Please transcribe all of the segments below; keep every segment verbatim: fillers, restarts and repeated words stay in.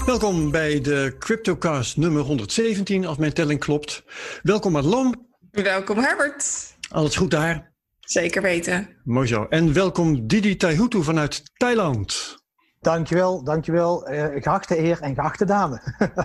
Welkom bij de CryptoCast nummer honderdzeventien, als mijn telling klopt. Welkom Madelon. Welkom Herbert. Alles goed daar? Zeker weten. Mooi zo. En welkom Didi Taihuttu vanuit Thailand. Dankjewel, dankjewel. Uh, geachte heer en geachte dame.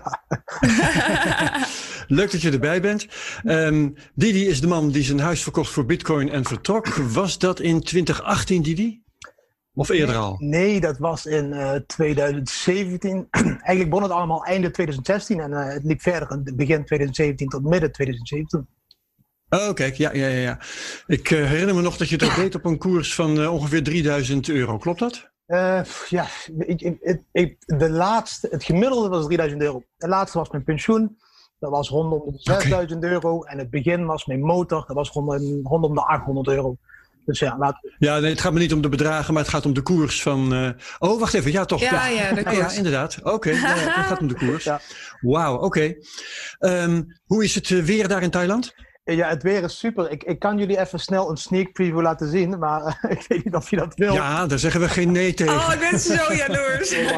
Leuk dat je erbij bent. Um, Didi is de man die zijn huis verkocht voor bitcoin en vertrok. Was dat in twintig achttien, Didi? Of eerder al? Nee, nee dat was in uh, twintig zeventien. Eigenlijk begon het allemaal einde twintig zestien en uh, het liep verder in begin twintig zeventien tot midden twintig zeventien. Oh, kijk, ja, ja, ja. Ik uh, herinner me nog dat je dat deed op een koers van uh, ongeveer drieduizend euro. Klopt dat? Uh, ja, ik, ik, ik, de laatste, het gemiddelde was drieduizend euro. De laatste was mijn pensioen. Dat was rondom de zesduizend okay. euro. En het begin was mijn motor. Dat was rondom, rondom de achthonderd euro. Dus ja, laat... ja nee, het gaat me niet om de bedragen, maar het gaat om de koers van... Uh... Oh, wacht even. Ja, toch? Ja, ja, ja de koers. Ja, ja inderdaad. Oké, okay. ja, ja, het gaat om de koers. Ja. Wauw, oké. Okay. Um, hoe is het weer daar in Thailand? Ja, het weer is super. Ik, ik kan jullie even snel een sneak preview laten zien, maar uh, ik weet niet of je dat wil. Ja, daar zeggen we geen nee tegen. Oh, ik ben zo jaloers. uh,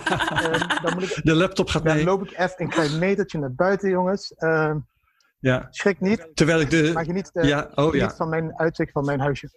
dan moet ik, de laptop gaat dan mee. Dan loop ik even een klein metertje naar buiten, jongens. Uh, ja. Schrik niet. Terwijl ik de... Maak je niet, uh, ja. Oh, niet ja. van mijn uitzicht van mijn huisje.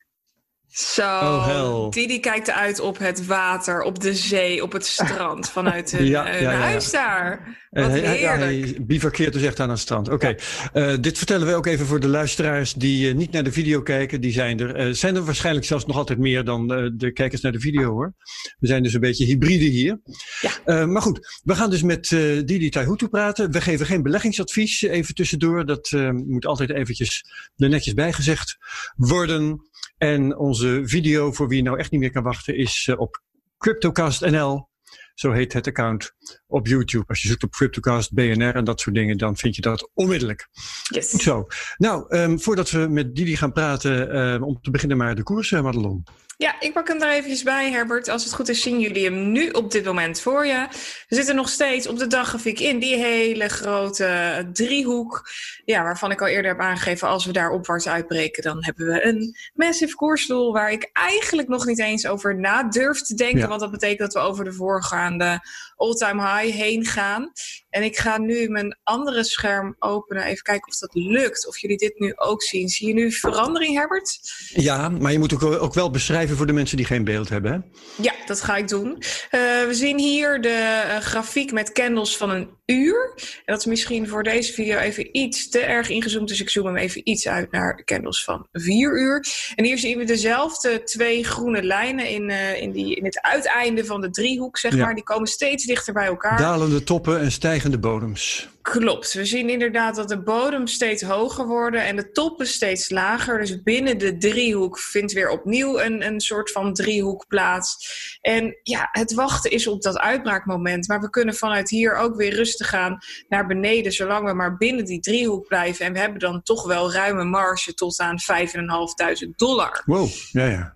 Zo, oh, Didi kijkt uit op het water, op de zee, op het strand vanuit hun, ja, hun ja, ja, huis ja. daar. Wat hij, heerlijk. Ja, hij bivakkeert dus echt aan het strand. Oké, okay. ja. uh, dit vertellen we ook even voor de luisteraars die uh, niet naar de video kijken. Die zijn er. Uh, zijn er waarschijnlijk zelfs nog altijd meer dan uh, de kijkers naar de video, hoor. We zijn dus een beetje hybride hier. Ja. Uh, maar goed, we gaan dus met uh, Didi Taihuttu praten. We geven geen beleggingsadvies, even tussendoor. Dat uh, moet altijd eventjes er netjes bijgezegd worden. En onze video, voor wie nou echt niet meer kan wachten, is uh, op CryptoCast N L. Zo heet het account op YouTube. Als je zoekt op CryptoCast, B N R en dat soort dingen, dan vind je dat onmiddellijk. Yes. Goed zo. Nou, um, voordat we met Didi gaan praten, uh, om te beginnen maar de koers, uh, Madelon. Ja, ik pak hem er eventjes bij, Herbert. Als het goed is, zien jullie hem nu op dit moment voor je. We zitten nog steeds op de daggrafiek in die hele grote driehoek. Ja, waarvan ik al eerder heb aangegeven, als we daar opwaarts uitbreken, dan hebben we een massive koersdoel waar ik eigenlijk nog niet eens over na durf te denken. Ja. Want dat betekent dat we over de voorgaande all-time high heen gaan. En ik ga nu mijn andere scherm openen. Even kijken of dat lukt. Of jullie dit nu ook zien. Zie je nu verandering, Herbert? Ja, maar je moet ook, ook wel beschrijven voor de mensen die geen beeld hebben, hè? Ja, dat ga ik doen. Uh, we zien hier de uh, grafiek met candles van een uur. En dat is misschien voor deze video even iets te erg ingezoomd. Dus ik zoom hem even iets uit naar de candles van vier uur. En hier zien we dezelfde twee groene lijnen in, uh, in, die, in het uiteinde van de driehoek, zeg ja. maar. Die komen steeds dichter bij elkaar. Dalende toppen en stijgende bodems. Klopt. We zien inderdaad dat de bodems steeds hoger worden en de toppen steeds lager. Dus binnen de driehoek vindt weer opnieuw een, een soort van driehoek plaats. En ja, het wachten is op dat uitbraakmoment. Maar we kunnen vanuit hier ook weer rustig gaan naar beneden, zolang we maar binnen die driehoek blijven. En we hebben dan toch wel ruime marge tot aan vijfduizend vijfhonderd dollar. Wow, ja ja.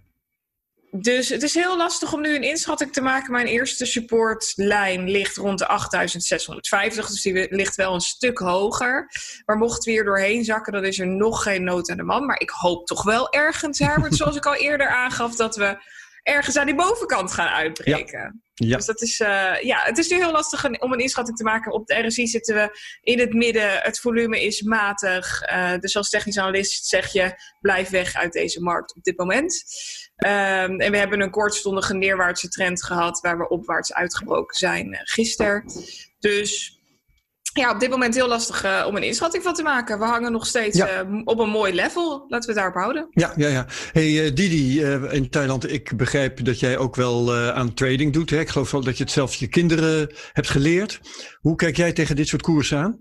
Dus het is heel lastig om nu een inschatting te maken. Mijn eerste supportlijn ligt rond de achtduizend zeshonderdvijftig. Dus die ligt wel een stuk hoger. Maar mochten we hier doorheen zakken, dan is er nog geen nood aan de man. Maar ik hoop toch wel ergens, Herbert, zoals ik al eerder aangaf, dat we ergens aan die bovenkant gaan uitbreken. Ja. Ja. Dus dat is, uh, ja, het is nu heel lastig om een inschatting te maken. Op de R S I zitten we in het midden. Het volume is matig. Uh, dus als technisch analist zeg je, blijf weg uit deze markt op dit moment. Um, en we hebben een kortstondige neerwaartse trend gehad, waar we opwaarts uitgebroken zijn uh, gisteren. Dus ja, op dit moment heel lastig uh, om een inschatting van te maken. We hangen nog steeds ja. uh, op een mooi level. Laten we het daarop houden. Ja, ja, ja. Hey uh, Didi, uh, in Thailand, ik begrijp dat jij ook wel uh, aan trading doet. Hè? Ik geloof wel dat je het zelfs je kinderen hebt geleerd. Hoe kijk jij tegen dit soort koersen aan?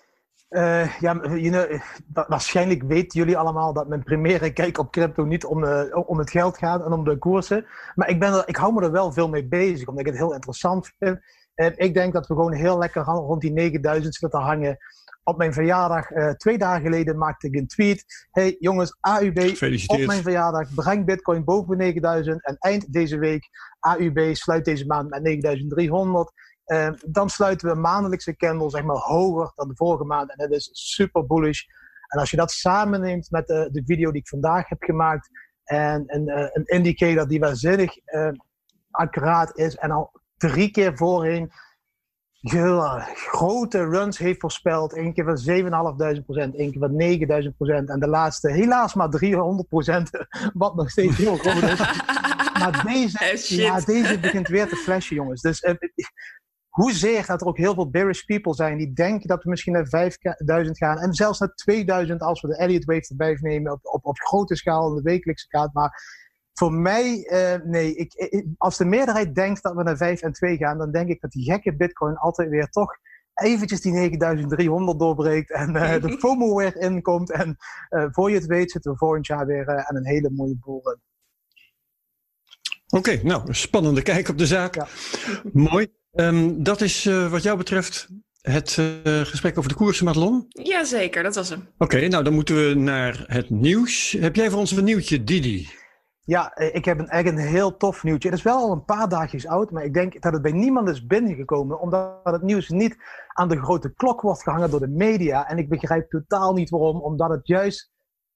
Uh, ja, you know, waarschijnlijk weten jullie allemaal dat mijn primaire kijk op crypto niet om, uh, om het geld gaat en om de koersen. Maar ik, ben er, ik hou me er wel veel mee bezig, omdat ik het heel interessant vind. En ik denk dat we gewoon heel lekker rond die negenduizend zitten te hangen. Op mijn verjaardag, uh, twee dagen geleden, maakte ik een tweet. Hey jongens, A U B, op mijn verjaardag, breng Bitcoin boven negenduizend. En eind deze week, A U B sluit deze maand met negenduizend driehonderd. Uh, dan sluiten we een maandelijkse candle zeg maar hoger dan de vorige maand. En dat is super bullish. En als je dat samenneemt met de, de video die ik vandaag heb gemaakt. En een, uh, een indicator die waanzinnig uh, accuraat is. En al drie keer voorheen heel, grote runs heeft voorspeld. Eén keer van zevenduizend vijfhonderd procent, één keer van negenduizend procent. En de laatste helaas maar driehonderd procent, wat nog steeds heel groot is. Maar deze, ja, deze begint weer te flashen, jongens. Dus uh, hoezeer dat er ook heel veel bearish people zijn die denken dat we misschien naar vijfduizend gaan. En zelfs naar tweeduizend als we de Elliott Wave erbij nemen op, op, op grote schaal in de wekelijkse kaart. Maar voor mij, uh, nee, ik, ik, als de meerderheid denkt dat we naar vijf en twee gaan, dan denk ik dat die gekke Bitcoin altijd weer toch eventjes die negenduizend driehonderd doorbreekt en uh, de FOMO weer inkomt. En uh, voor je het weet zitten we volgend jaar weer uh, aan een hele mooie bull run. Oké, okay, nou, een spannende kijk op de zaak. Ja. Mooi. Um, dat is uh, wat jou betreft het uh, gesprek over de koersen, Madelon? Jazeker, dat was hem. Oké, okay, nou dan moeten we naar het nieuws. Heb jij voor ons een nieuwtje, Didi? Ja, ik heb een, echt een heel tof nieuwtje. Het is wel al een paar dagjes oud, maar ik denk dat het bij niemand is binnengekomen, omdat het nieuws niet aan de grote klok wordt gehangen door de media. En ik begrijp totaal niet waarom, omdat het juist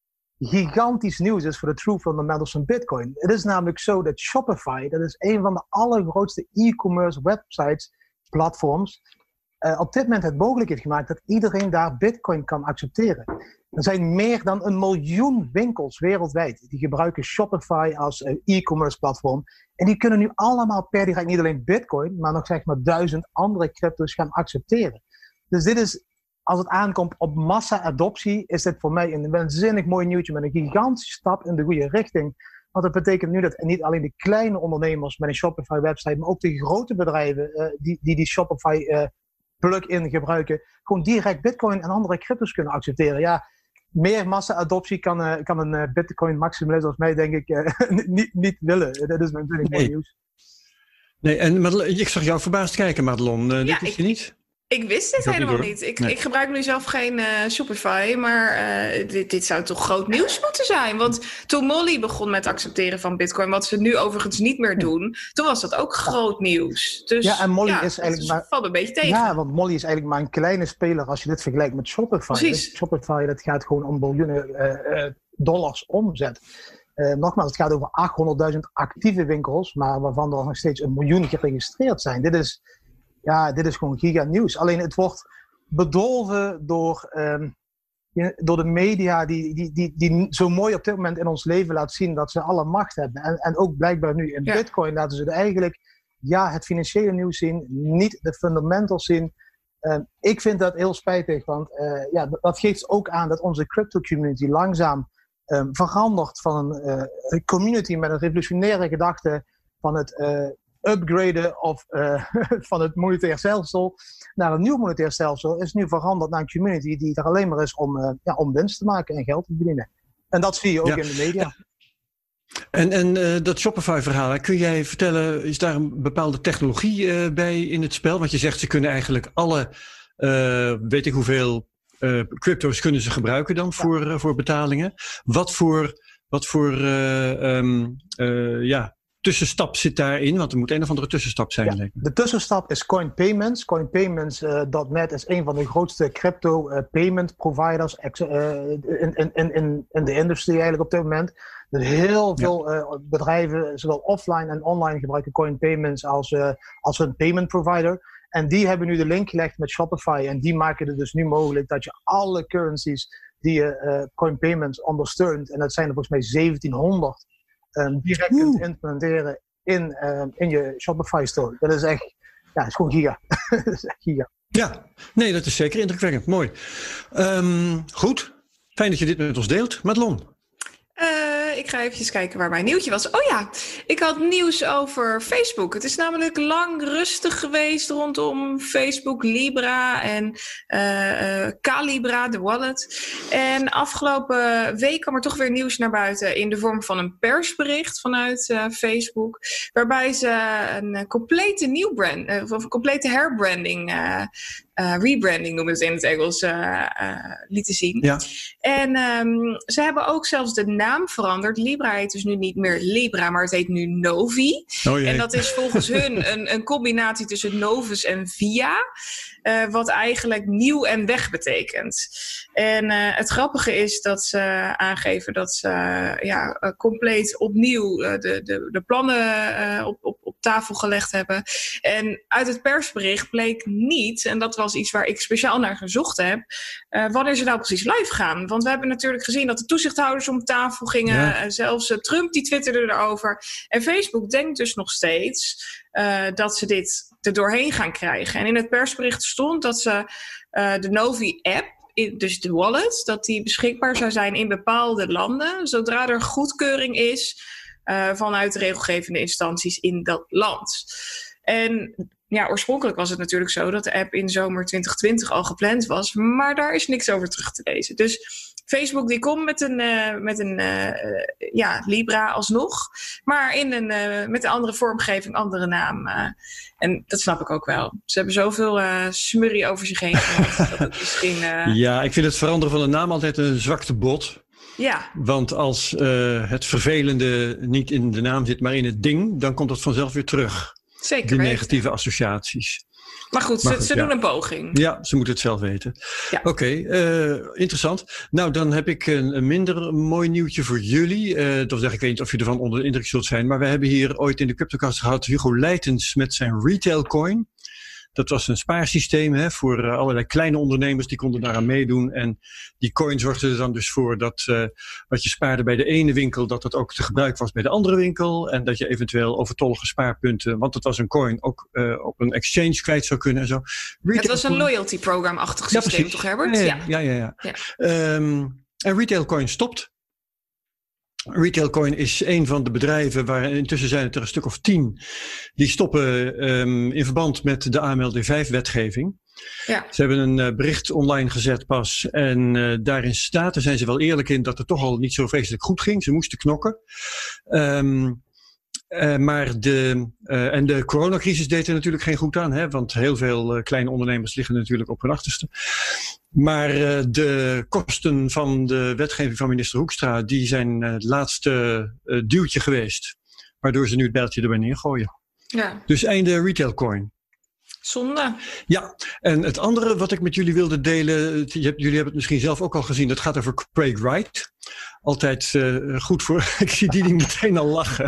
gigantisch nieuws is voor de true fundamentals van Bitcoin. Het is namelijk zo dat Shopify, dat is een van de allergrootste e-commerce websites, platforms, uh, op dit moment het mogelijk heeft gemaakt dat iedereen daar Bitcoin kan accepteren. Er zijn meer dan een miljoen winkels wereldwijd die gebruiken Shopify als uh, e-commerce platform. En die kunnen nu allemaal per direct niet alleen Bitcoin, maar nog zeg maar duizend andere crypto's gaan accepteren. Dus dit is, als het aankomt op massa-adoptie, is dit voor mij een waanzinnig mooi nieuwtje met een gigantische stap in de goede richting. Want dat betekent nu dat niet alleen de kleine ondernemers met een Shopify-website, maar ook de grote bedrijven uh, die, die die Shopify uh, plug-in gebruiken, gewoon direct Bitcoin en andere crypto's kunnen accepteren. Ja, meer massa-adoptie kan, uh, kan een uh, Bitcoin-maximalist als mij, denk ik, uh, niet, niet willen. Dat is natuurlijk mooi nieuws. Nee, en Madelon, ik zag jou verbaasd kijken, Madelon. Uh, ja, dit is ik, je niet? Ik wist dit ik helemaal niet. niet. Ik, nee. ik gebruik nu zelf geen uh, Shopify, maar uh, dit, dit zou toch groot nieuws moeten zijn. Want toen Molly begon met accepteren van Bitcoin, wat ze nu overigens niet meer doen, toen was dat ook groot nieuws. Dus ja, en Molly ja, is eigenlijk maar, valt een beetje tegen. Ja, want Molly is eigenlijk maar een kleine speler als je dit vergelijkt met Shopify. Precies. Shopify, dat gaat gewoon om biljoenen uh, uh, dollars omzet. Uh, nogmaals, het gaat over achthonderdduizend actieve winkels, maar waarvan er nog steeds een miljoen geregistreerd zijn. Dit is, ja, dit is gewoon giga nieuws. Alleen het wordt bedolven door, um, door de media die, die, die, die zo mooi op dit moment in ons leven laat zien dat ze alle macht hebben. En, en ook blijkbaar nu in ja. Bitcoin laten ze eigenlijk ja, het financiële nieuws zien, niet de fundamentals zien. Um, ik vind dat heel spijtig, want uh, ja, dat geeft ook aan dat onze crypto community langzaam um, verandert van een uh, community met een revolutionaire gedachte van het uh, upgraden of, uh, van het monetair stelsel naar een nieuw monetair stelsel, is nu veranderd naar een community die er alleen maar is om, uh, ja, om winst te maken en geld te verdienen. En dat zie je ook ja. in de media. En, en uh, dat Shopify-verhaal, kun jij vertellen, is daar een bepaalde technologie uh, bij in het spel? Want je zegt, ze kunnen eigenlijk alle, uh, weet ik hoeveel uh, crypto's kunnen ze gebruiken dan voor, ja. uh, voor betalingen. Wat voor, wat voor uh, um, uh, ja, tussenstap zit daarin? Want er moet een of andere tussenstap zijn. Ja, de tussenstap is Coin Payments. Coin Payments dot net uh, is een van de grootste crypto uh, payment providers uh, in, in, in, in de industrie eigenlijk op dit moment. Dus heel veel ja. uh, bedrijven, zowel offline en online, gebruiken Coin Payments als, uh, als hun payment provider. En die hebben nu de link gelegd met Shopify. En die maken het dus nu mogelijk dat je alle currencies die je uh, Coin Payments ondersteunt, en dat zijn er volgens mij zeventienhonderd, um, direct Oeh. kunt implementeren in, uh, in je Shopify store. Dat is echt, ja, dat is gewoon giga. Dat is echt giga. Ja, nee, dat is zeker indrukwekkend. Mooi. Um, goed, fijn dat je dit met ons deelt. Madelon. Uh, ik ga even kijken waar mijn nieuwtje was. Oh ja, ik had nieuws over Facebook. Het is namelijk lang rustig geweest rondom Facebook, Libra en uh, uh, Calibra, de wallet. En afgelopen week kwam er toch weer nieuws naar buiten in de vorm van een persbericht vanuit uh, Facebook. Waarbij ze een complete nieuw brand, uh, of een complete herbranding uh, uh, rebranding noemen we het in het Engels, uh, uh, lieten zien. Ja. En um, ze hebben ook zelfs de naam veranderd. Libra heet dus nu niet meer Libra, maar het heet nu Novi. Oh, en dat is volgens hun een, een combinatie tussen Novus en Via. Uh, wat eigenlijk nieuw en weg betekent. En uh, het grappige is dat ze aangeven dat ze uh, ja, uh, compleet opnieuw uh, de, de, de plannen uh, op, op, op tafel gelegd hebben. En uit het persbericht bleek niet, en dat was iets waar ik speciaal naar gezocht heb, uh, wanneer ze nou precies live gaan. Want we hebben natuurlijk gezien dat de toezichthouders om tafel gingen. Ja. Uh, zelfs uh, Trump die twitterde erover. En Facebook denkt dus nog steeds uh, dat ze dit er doorheen gaan krijgen. En in het persbericht stond dat ze uh, de Novi-app, dus de wallet, dat die beschikbaar zou zijn in bepaalde landen, zodra er goedkeuring is uh, vanuit de regelgevende instanties in dat land. En ja, oorspronkelijk was het natuurlijk zo dat de app in zomer twintig twintig al gepland was, maar daar is niks over terug te lezen. Dus Facebook die komt met een, uh, met een uh, ja, Libra alsnog, maar in een, uh, met een andere vormgeving, andere naam. Uh, en dat snap ik ook wel. Ze hebben zoveel uh, smurrie over zich heen gehad. dat het misschien, uh... Ja, ik vind het veranderen van de naam altijd een zwakte bot. Ja. Want als uh, het vervelende niet in de naam zit, maar in het ding, dan komt dat vanzelf weer terug. Zeker Die weten. negatieve associaties. Maar goed, maar ze, goed, ze ja. doen een poging. Ja, ze moeten het zelf weten. Ja. Oké, okay, uh, interessant. Nou, dan heb ik een, een minder mooi nieuwtje voor jullie. Uh, dat zeg ik weet niet of je ervan onder de indruk zult zijn. Maar we hebben hier ooit in de Cryptocast gehad Hugo Leitens met zijn Retail Coin. Dat was een spaarsysteem hè, voor uh, allerlei kleine ondernemers. Die konden daaraan meedoen. En die coin zorgde er dan dus voor dat uh, wat je spaarde bij de ene winkel, dat dat ook te gebruik was bij de andere winkel. En dat je eventueel overtollige spaarpunten, want het was een coin, ook uh, op een exchange kwijt zou kunnen en zo. Retail het was een coin. loyalty program-achtig Ja, systeem, precies. toch Herbert? Ja, ja, ja. ja, ja. ja. Um, en Retail Coin stopt. Retail Coin is een van de bedrijven waar intussen zijn het er een stuk of tien. Die stoppen um, in verband met de A M L D vijf wetgeving. Ja. Ze hebben een uh, bericht online gezet pas. En uh, daarin staat, daar zijn ze wel eerlijk in, dat het toch al niet zo vreselijk goed ging. Ze moesten knokken. Um, Uh, maar de, uh, en de coronacrisis deed er natuurlijk geen goed aan, hè, want heel veel uh, kleine ondernemers liggen natuurlijk op hun achterste. Maar uh, de kosten van de wetgeving van minister Hoekstra, die zijn uh, het laatste uh, duwtje geweest, waardoor ze nu het bijltje erbij neergooien. Ja. Dus einde Retail Coin. Zonde. Ja, en het andere wat ik met jullie wilde delen, jullie hebben het misschien zelf ook al gezien, dat gaat over Craig Wright. Altijd uh, goed voor, ik zie die ding meteen al lachen.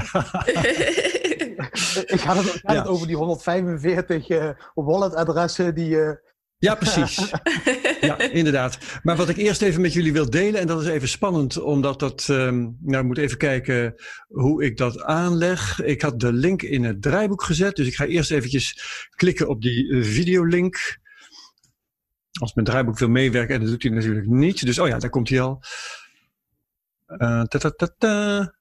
ik had het, ik had ja. het over die honderdvijfenveertig uh, walletadressen die... Uh... Ja, precies. Ja, inderdaad. Maar wat ik eerst even met jullie wil delen, en dat is even spannend, omdat dat, um, nou, ik moet even kijken hoe ik dat aanleg. Ik had de link in het draaiboek gezet, dus ik ga eerst eventjes klikken op die uh, videolink. Als mijn draaiboek wil meewerken, en dat doet hij natuurlijk niet. Dus, oh ja, daar komt hij al. Uh, ta, ta, ta, ta.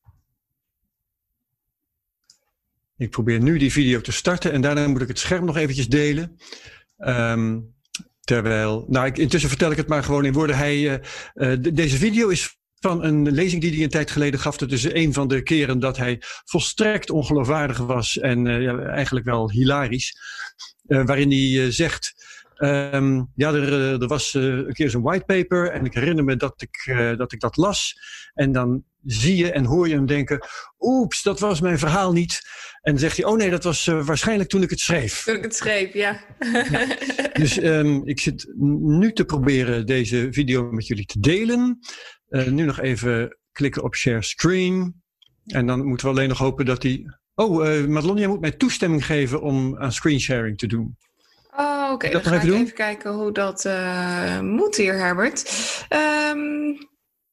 Ik probeer nu die video te starten en daarna moet ik het scherm nog eventjes delen. Um, terwijl, nou, ik, intussen vertel ik het maar gewoon in woorden. Hij, uh, uh, de, deze video is van een lezing die hij een tijd geleden gaf. Dat is een van de keren dat hij volstrekt ongeloofwaardig was en uh, ja, eigenlijk wel hilarisch. Uh, waarin hij uh, zegt... Um, ja, er, er was uh, een keer zo'n whitepaper en ik herinner me dat ik, uh, dat ik dat las. En dan zie je en hoor je hem denken, oeps, dat was mijn verhaal niet. En dan zegt hij, oh nee, dat was uh, waarschijnlijk toen ik het schreef. Toen ik het schreef, ja. ja. Dus um, ik zit nu te proberen deze video met jullie te delen. Uh, nu nog even klikken op share screen. En dan moeten we alleen nog hopen dat hij... Oh, uh, Madelon, jij moet mij toestemming geven om aan screensharing te doen. Oh, oké. Okay. Dan ga ik even kijken hoe dat uh, moet hier, Herbert. Um,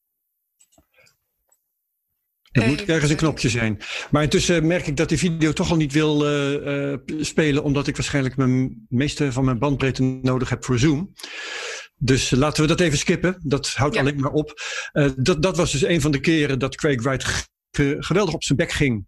er moet ergens een knopje zijn. Maar intussen merk ik dat die video toch al niet wil uh, uh, spelen, omdat ik waarschijnlijk mijn meeste van mijn bandbreedte nodig heb voor Zoom. Dus laten we dat even skippen. Dat houdt ja. alleen maar op. Uh, dat, dat was dus een van de keren dat Craig Wright ge- geweldig op zijn bek ging.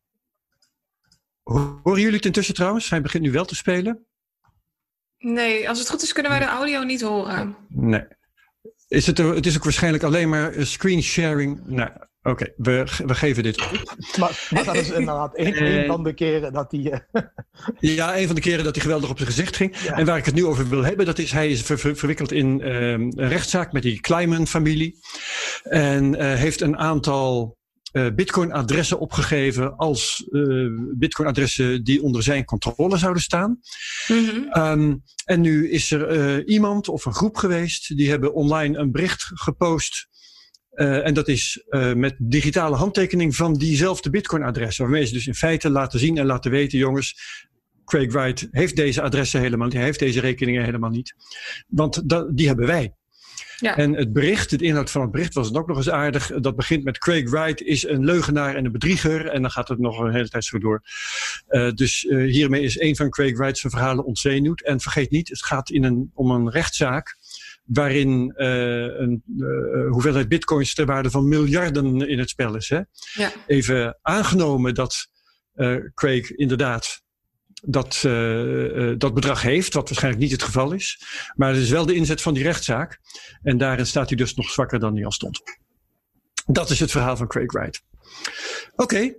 Horen jullie het intussen trouwens? Hij begint nu wel te spelen. Nee, als het goed is kunnen wij de audio niet horen. Nee. Is het, er, het is ook waarschijnlijk alleen maar screen sharing. Nou, oké. Oké, okay, we, we geven dit op. Maar, maar dat is inderdaad een, een van de keren dat hij... Uh... Ja, een van de keren dat hij geweldig op zijn gezicht ging. Ja. En waar ik het nu over wil hebben, dat is hij is ver, ver, verwikkeld in uh, een rechtszaak met die Kleiman-familie. En uh, heeft een aantal uh, Bitcoin-adressen opgegeven als uh, Bitcoin-adressen die onder zijn controle zouden staan. Mm-hmm. Um, en nu is er uh, iemand of een groep geweest, die hebben online een bericht gepost. Uh, en dat is uh, met digitale handtekening van diezelfde Bitcoin-adressen. Waarmee ze dus in feite laten zien en laten weten, jongens, Craig Wright heeft deze adressen helemaal niet. Hij heeft deze rekeningen helemaal niet. Want da- die hebben wij. Ja. En het bericht, het inhoud van het bericht was ook nog eens aardig. Dat begint met Craig Wright is een leugenaar en een bedrieger. En dan gaat het nog een hele tijd zo door. Uh, dus uh, hiermee is een van Craig Wright's verhalen ontzenuwd. En vergeet niet, het gaat in een, om een rechtszaak waarin uh, een uh, hoeveelheid bitcoins ter waarde van miljarden in het spel is. Hè? Ja. Even aangenomen dat uh, Craig inderdaad dat, uh, uh, dat bedrag heeft, wat waarschijnlijk niet het geval is. Maar het is wel de inzet van die rechtszaak. En daarin staat hij dus nog zwakker dan hij al stond. Dat is het verhaal van Craig Wright. Oké. Okay.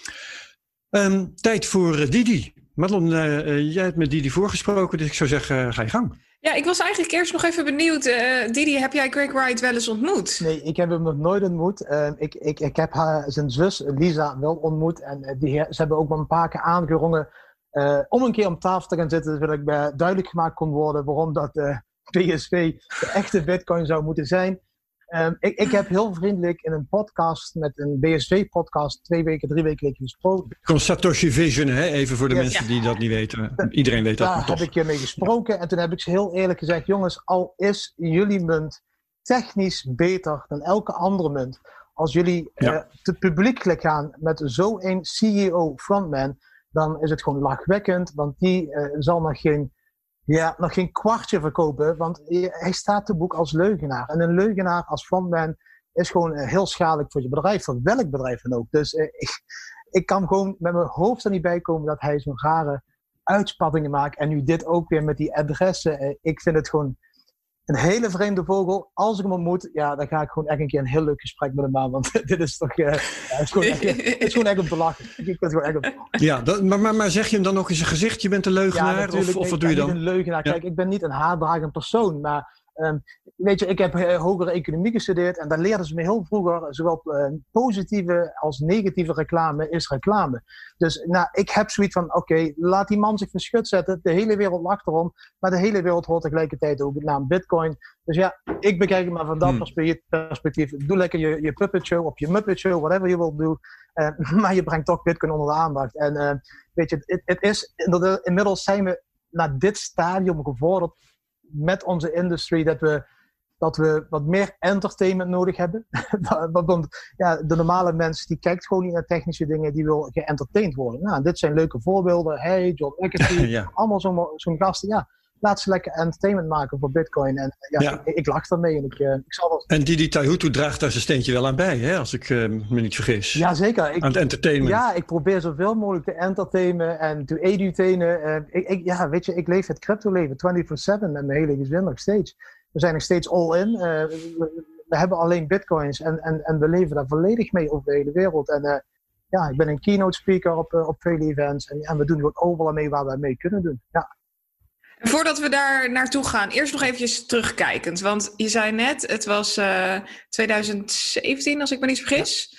Um, tijd voor uh, Didi. Madelon, uh, uh, jij hebt met Didi voorgesproken, dus ik zou zeggen, uh, ga je gang. Ja, ik was eigenlijk eerst nog even benieuwd. Uh, Didi, heb jij Craig Wright wel eens ontmoet? Nee, ik heb hem nog nooit ontmoet. Uh, ik, ik, ik heb haar, zijn zus Lisa wel ontmoet. En uh, die, ze hebben ook wel een paar keer aangerongen uh, om een keer om tafel te gaan zitten. Zodat ik uh, duidelijk gemaakt kon worden waarom dat uh, P S V de echte bitcoin zou moeten zijn. Um, ik, ik heb heel vriendelijk in een podcast, met een B S V-podcast, twee weken, drie weken geleden gesproken. Van Satoshi Vision, hè? Even voor de yes. mensen die dat niet weten. Iedereen weet dat, Daar maar toch. heb ik je mee gesproken en toen heb ik ze heel eerlijk gezegd, jongens, al is jullie munt technisch beter dan elke andere munt, als jullie ja. uh, te publiekelijk gaan met zo'n C E O-frontman, dan is het gewoon lachwekkend, want die uh, zal nog geen... Ja, nog geen kwartje verkopen, want hij staat te boek als leugenaar. En een leugenaar als frontman is gewoon heel schadelijk voor je bedrijf, voor welk bedrijf dan ook. Dus eh, ik, ik kan gewoon met mijn hoofd er niet bij komen dat hij zo'n rare uitspattingen maakt. En nu dit ook weer met die adressen. Eh, ik vind het gewoon een hele vreemde vogel. Als ik hem ontmoet, ja, dan ga ik gewoon echt een keer een heel leuk gesprek met hem aan. Want dit is toch, uh, ja, het is gewoon echt, het is gewoon echt om te lachen. Ik vind het gewoon echt om te lachen. Ja, dat, maar, maar, maar zeg je hem dan ook in zijn gezicht, je bent een leugenaar? Ja, of, of wat doe je dan? Ik ben niet een leugenaar. Ja. Kijk, ik ben niet een haatdragend persoon, maar um, weet je, ik heb uh, hogere economie gestudeerd en daar leerden ze me heel vroeger, zowel uh, positieve als negatieve reclame is reclame. Dus nou, ik heb zoiets van, oké, okay, laat die man zich verschut zetten, de hele wereld lacht erom, maar de hele wereld hoort tegelijkertijd ook het naam Bitcoin. Dus ja, ik bekijk het maar van dat hmm. perspectief. Doe lekker je, je puppet show of je muppet show, whatever je wilt doen, uh, maar je brengt toch Bitcoin onder de aandacht. En uh, weet je, het, het is, inmiddels zijn we naar dit stadium gevorderd met onze industrie, dat we, dat we wat meer entertainment nodig hebben. Want ja, de normale mens die kijkt gewoon niet naar technische dingen, die wil geëntertained worden. Nou, dit zijn leuke voorbeelden. Hey, John Eckert, ja. allemaal zo'n, zo'n gasten. Ja, laat ze lekker entertainment maken voor Bitcoin. En ja, ja. Ik, ik lach daarmee. En, ik, uh, ik zal wel... en Didi Taihuttu draagt daar zijn steentje wel aan bij, hè? Als ik uh, me niet vergis. Jazeker. Aan het entertainment. Ja, ik probeer zoveel mogelijk te entertainen en te edutainen. Uh, ik, ik, ja, weet je, ik leef het crypto-leven vierentwintig zeven met mijn hele gezin nog steeds. We zijn nog steeds all-in. Uh, we, we hebben alleen bitcoins en, en, en we leven daar volledig mee over de hele wereld. En uh, ja, ik ben een keynote speaker op, uh, op vele events en, en we doen gewoon overal mee waar we mee kunnen doen. Ja. Voordat we daar naartoe gaan, eerst nog eventjes terugkijkend. Want je zei net, het was uh, twintig zeventien, als ik me niet vergis.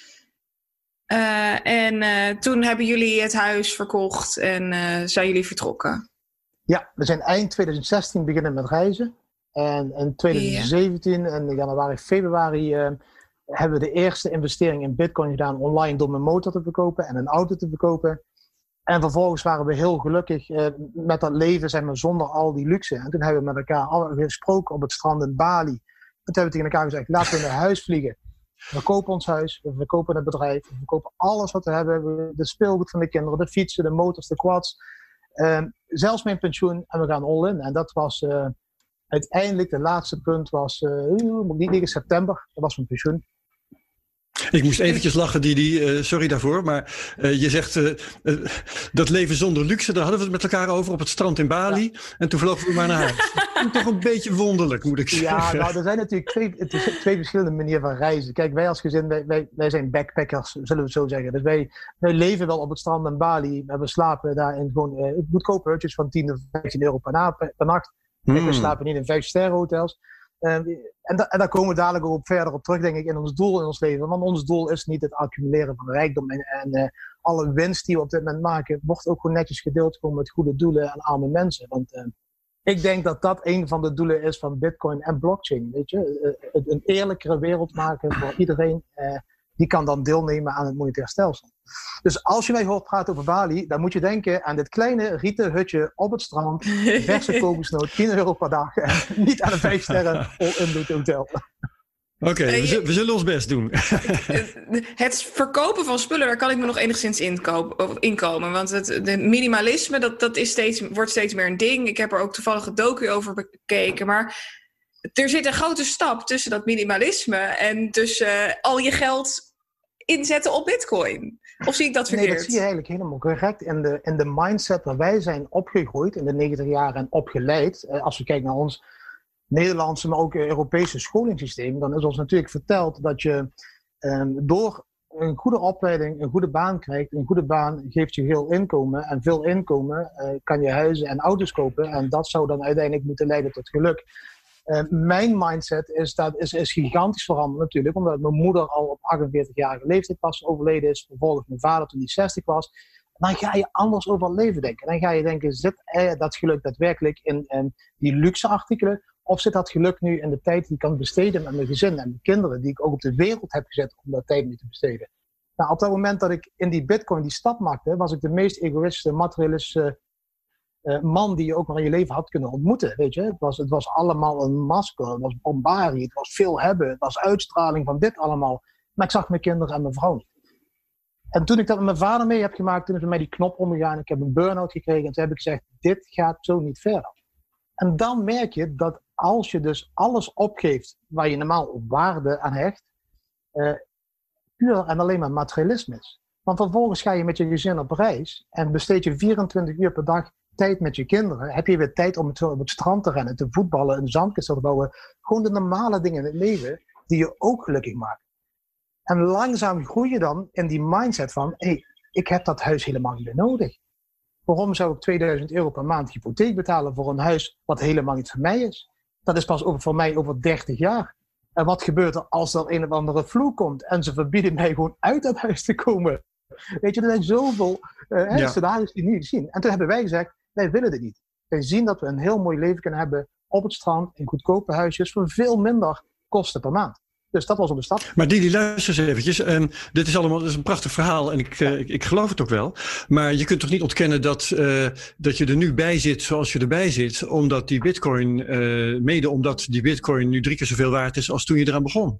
Uh, en uh, toen hebben jullie het huis verkocht en uh, zijn jullie vertrokken. Ja, we zijn eind twintig zestien beginnen met reizen. En in twintig zeventien, ja. in januari, februari, uh, hebben we de eerste investering in Bitcoin gedaan online door mijn motor te verkopen en een auto te verkopen. En vervolgens waren we heel gelukkig uh, met dat leven, zeg maar, zonder al die luxe. En toen hebben we met elkaar al gesproken op het strand in Bali. En toen hebben we tegen elkaar gezegd, laten we naar huis vliegen. We verkopen ons huis, we verkopen het bedrijf, we verkopen alles wat we hebben. De speelgoed van de kinderen, de fietsen, de motors, de quads. Uh, zelfs mijn pensioen en we gaan all in. En dat was uh, uiteindelijk, de laatste punt was, uh, moet niet liggen, september. Dat was mijn pensioen. Ik moest eventjes lachen, Didi, uh, sorry daarvoor. Maar uh, je zegt uh, uh, dat leven zonder luxe, daar hadden we het met elkaar over op het strand in Bali. Ja. En toen vlogen we maar naar huis. Dat is toch een beetje wonderlijk, moet ik zeggen. Ja, nou, er zijn natuurlijk twee, het is twee verschillende manieren van reizen. Kijk, wij als gezin, wij, wij, wij zijn backpackers, zullen we het zo zeggen. Dus wij, wij leven wel op het strand in Bali. Maar we slapen daar in gewoon uh, goedkope hutjes van tien of vijftien euro per, na, per, per nacht. Hmm. We slapen niet in vijf sterren hotels. Uh, en, da- en daar komen we dadelijk ook op verder op terug, denk ik, in ons doel in ons leven. Want ons doel is niet het accumuleren van rijkdom. En, en uh, alle winst die we op dit moment maken, wordt ook gewoon netjes gedeeld gewoon met goede doelen aan arme mensen. Want uh, ik denk dat dat een van de doelen is van Bitcoin en blockchain. Weet je? Uh, een eerlijkere wereld maken voor iedereen. Uh, die kan dan deelnemen aan het monetair stelsel. Dus als je mij hoort praten over Bali, dan moet je denken aan dit kleine rieten hutje op het strand, verse kokosnoot, tien euro per dag. En niet aan een vijf sterren all-in hotel. Oké, okay, we, we zullen ons best doen. Het verkopen van spullen, daar kan ik me nog enigszins inkomen. Want het de minimalisme, dat, dat is steeds, wordt steeds meer een ding. Ik heb er ook toevallig een docu over bekeken. Maar er zit een grote stap tussen dat minimalisme en tussen uh, al je geld inzetten op Bitcoin. Of zie ik dat verkeerd? Nee, dat zie je eigenlijk helemaal correct. In de, in de mindset waar wij zijn opgegroeid in de negentig jaren en opgeleid, uh, als we kijken naar ons Nederlandse, maar ook Europese scholingssysteem, dan is ons natuurlijk verteld dat je um, door een goede opleiding een goede baan krijgt. Een goede baan geeft je veel inkomen. En veel inkomen uh, kan je huizen en auto's kopen. En dat zou dan uiteindelijk moeten leiden tot geluk. Uh, mijn mindset is, dat is, is gigantisch veranderd natuurlijk. Omdat mijn moeder al op achtenveertigjarige leeftijd pas overleden is. Vervolgens mijn vader toen hij zestig was. Dan ga je anders over het leven denken. Dan ga je denken, zit eh, dat geluk daadwerkelijk in, in die luxe artikelen? Of zit dat geluk nu in de tijd die ik kan besteden met mijn gezin en mijn kinderen, die ik ook op de wereld heb gezet om dat tijd mee te besteden? Nou, op dat moment dat ik in die Bitcoin die stap maakte, was ik de meest egoïstische, materialistische uh, man die je ook maar in je leven had kunnen ontmoeten. Weet je? Het was, het was allemaal een masker, het was bombarie, het was veel hebben, het was uitstraling van dit allemaal. Maar ik zag mijn kinderen en mijn vrouw niet. En toen ik dat met mijn vader mee heb gemaakt, toen is bij mij die knop omgegaan, ik heb een burn-out gekregen en toen heb ik gezegd, dit gaat zo niet verder. En dan merk je dat als je dus alles opgeeft waar je normaal op waarde aan hecht, uh, puur en alleen maar materialisme is. Want vervolgens ga je met je gezin op reis en besteed je vierentwintig uur per dag tijd met je kinderen. Heb je weer tijd om het, op het strand te rennen, te voetballen, een zandkast te bouwen. Gewoon de normale dingen in het leven die je ook gelukkig maken. En langzaam groei je dan in die mindset van, hé, hey, ik heb dat huis helemaal niet meer nodig. Waarom zou ik tweeduizend euro per maand hypotheek betalen voor een huis wat helemaal niet voor mij is? Dat is pas over, voor mij over dertig jaar. En wat gebeurt er als er een of andere vloek komt en ze verbieden mij gewoon uit dat huis te komen? Weet je, er zijn zoveel uh, ja. scenario's die niet zien. En toen hebben wij gezegd, wij willen dit niet. Wij zien dat we een heel mooi leven kunnen hebben op het strand, in goedkope huisjes, voor veel minder kosten per maand. Dus dat was op de stap. Maar Didi, luister eens eventjes. Um, dit is allemaal dit is een prachtig verhaal en ik, uh, ik, ik geloof het ook wel. Maar je kunt toch niet ontkennen dat, uh, dat je er nu bij zit zoals je erbij zit, omdat die bitcoin, uh, mede omdat die bitcoin nu drie keer zoveel waard is als toen je eraan begon.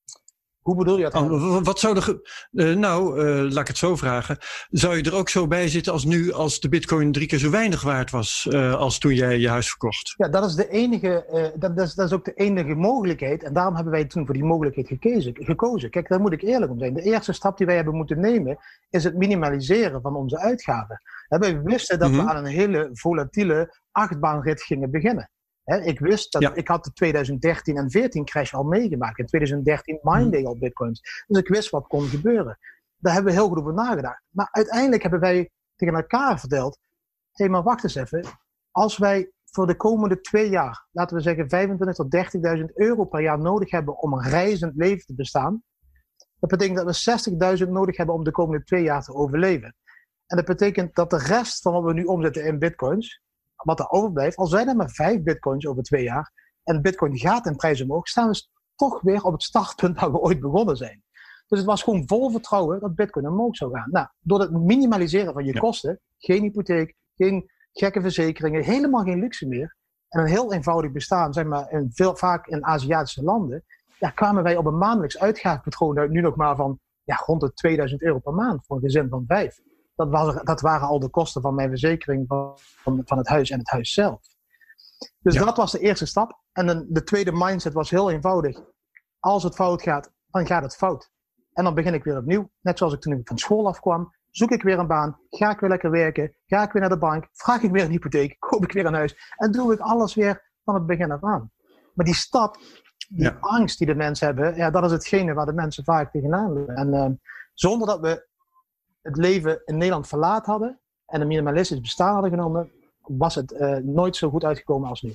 Hoe bedoel je dat? Oh, wat zou er, uh, nou, uh, laat ik het zo vragen. Zou je er ook zo bij zitten als nu, als de bitcoin drie keer zo weinig waard was uh, als toen jij je huis verkocht? Ja, dat is de enige, uh, dat, dat, is, dat is ook de enige mogelijkheid. En daarom hebben wij toen voor die mogelijkheid gekozen. gekozen. Kijk, daar moet ik eerlijk om zijn. De eerste stap die wij hebben moeten nemen, is het minimaliseren van onze uitgaven. En wij wisten dat mm-hmm. we aan een hele volatiele achtbaanrit gingen beginnen. He, ik wist dat, ja. ik had de twintig dertien en veertien crash al meegemaakt. In twintig dertien minde ik al bitcoins. Dus ik wist wat kon gebeuren. Daar hebben we heel goed over nagedacht. Maar uiteindelijk hebben wij tegen elkaar verteld, hé, hey, maar wacht eens even. Als wij voor de komende twee jaar, laten we zeggen vijfentwintigduizend tot dertigduizend euro per jaar nodig hebben om een reizend leven te bestaan. Dat betekent dat we zestigduizend nodig hebben om de komende twee jaar te overleven. En dat betekent dat de rest van wat we nu omzetten in bitcoins, wat er overblijft, al zijn er maar vijf bitcoins over twee jaar en bitcoin gaat in prijs omhoog, staan we toch weer op het startpunt waar we ooit begonnen zijn. Dus het was gewoon vol vertrouwen dat bitcoin omhoog zou gaan. Nou, door het minimaliseren van je ja. kosten, geen hypotheek, geen gekke verzekeringen, helemaal geen luxe meer en een heel eenvoudig bestaan, zeg maar, in veel, vaak in Aziatische landen, ja, kwamen wij op een maandelijks uitgavenpatroon uit nu nog maar van ja, rond de tweeduizend euro per maand voor een gezin van vijf. Dat, was, dat waren al de kosten van mijn verzekering van, van, van het huis en het huis zelf. Dus ja. dat was de eerste stap. En de, de tweede mindset was heel eenvoudig. Als het fout gaat, dan gaat het fout. En dan begin ik weer opnieuw. Net zoals ik toen ik van school afkwam. Zoek ik weer een baan. Ga ik weer lekker werken. Ga ik weer naar de bank. Vraag ik weer een hypotheek. Koop ik weer een huis. En doe ik alles weer van het begin af aan. Maar die stap, die ja. angst die de mensen hebben. Ja, dat is hetgene waar de mensen vaak tegenaan lopen. En uh, zonder dat we het leven in Nederland verlaten hadden. En een minimalistisch bestaan hadden genomen. Was het uh, nooit zo goed uitgekomen als nu.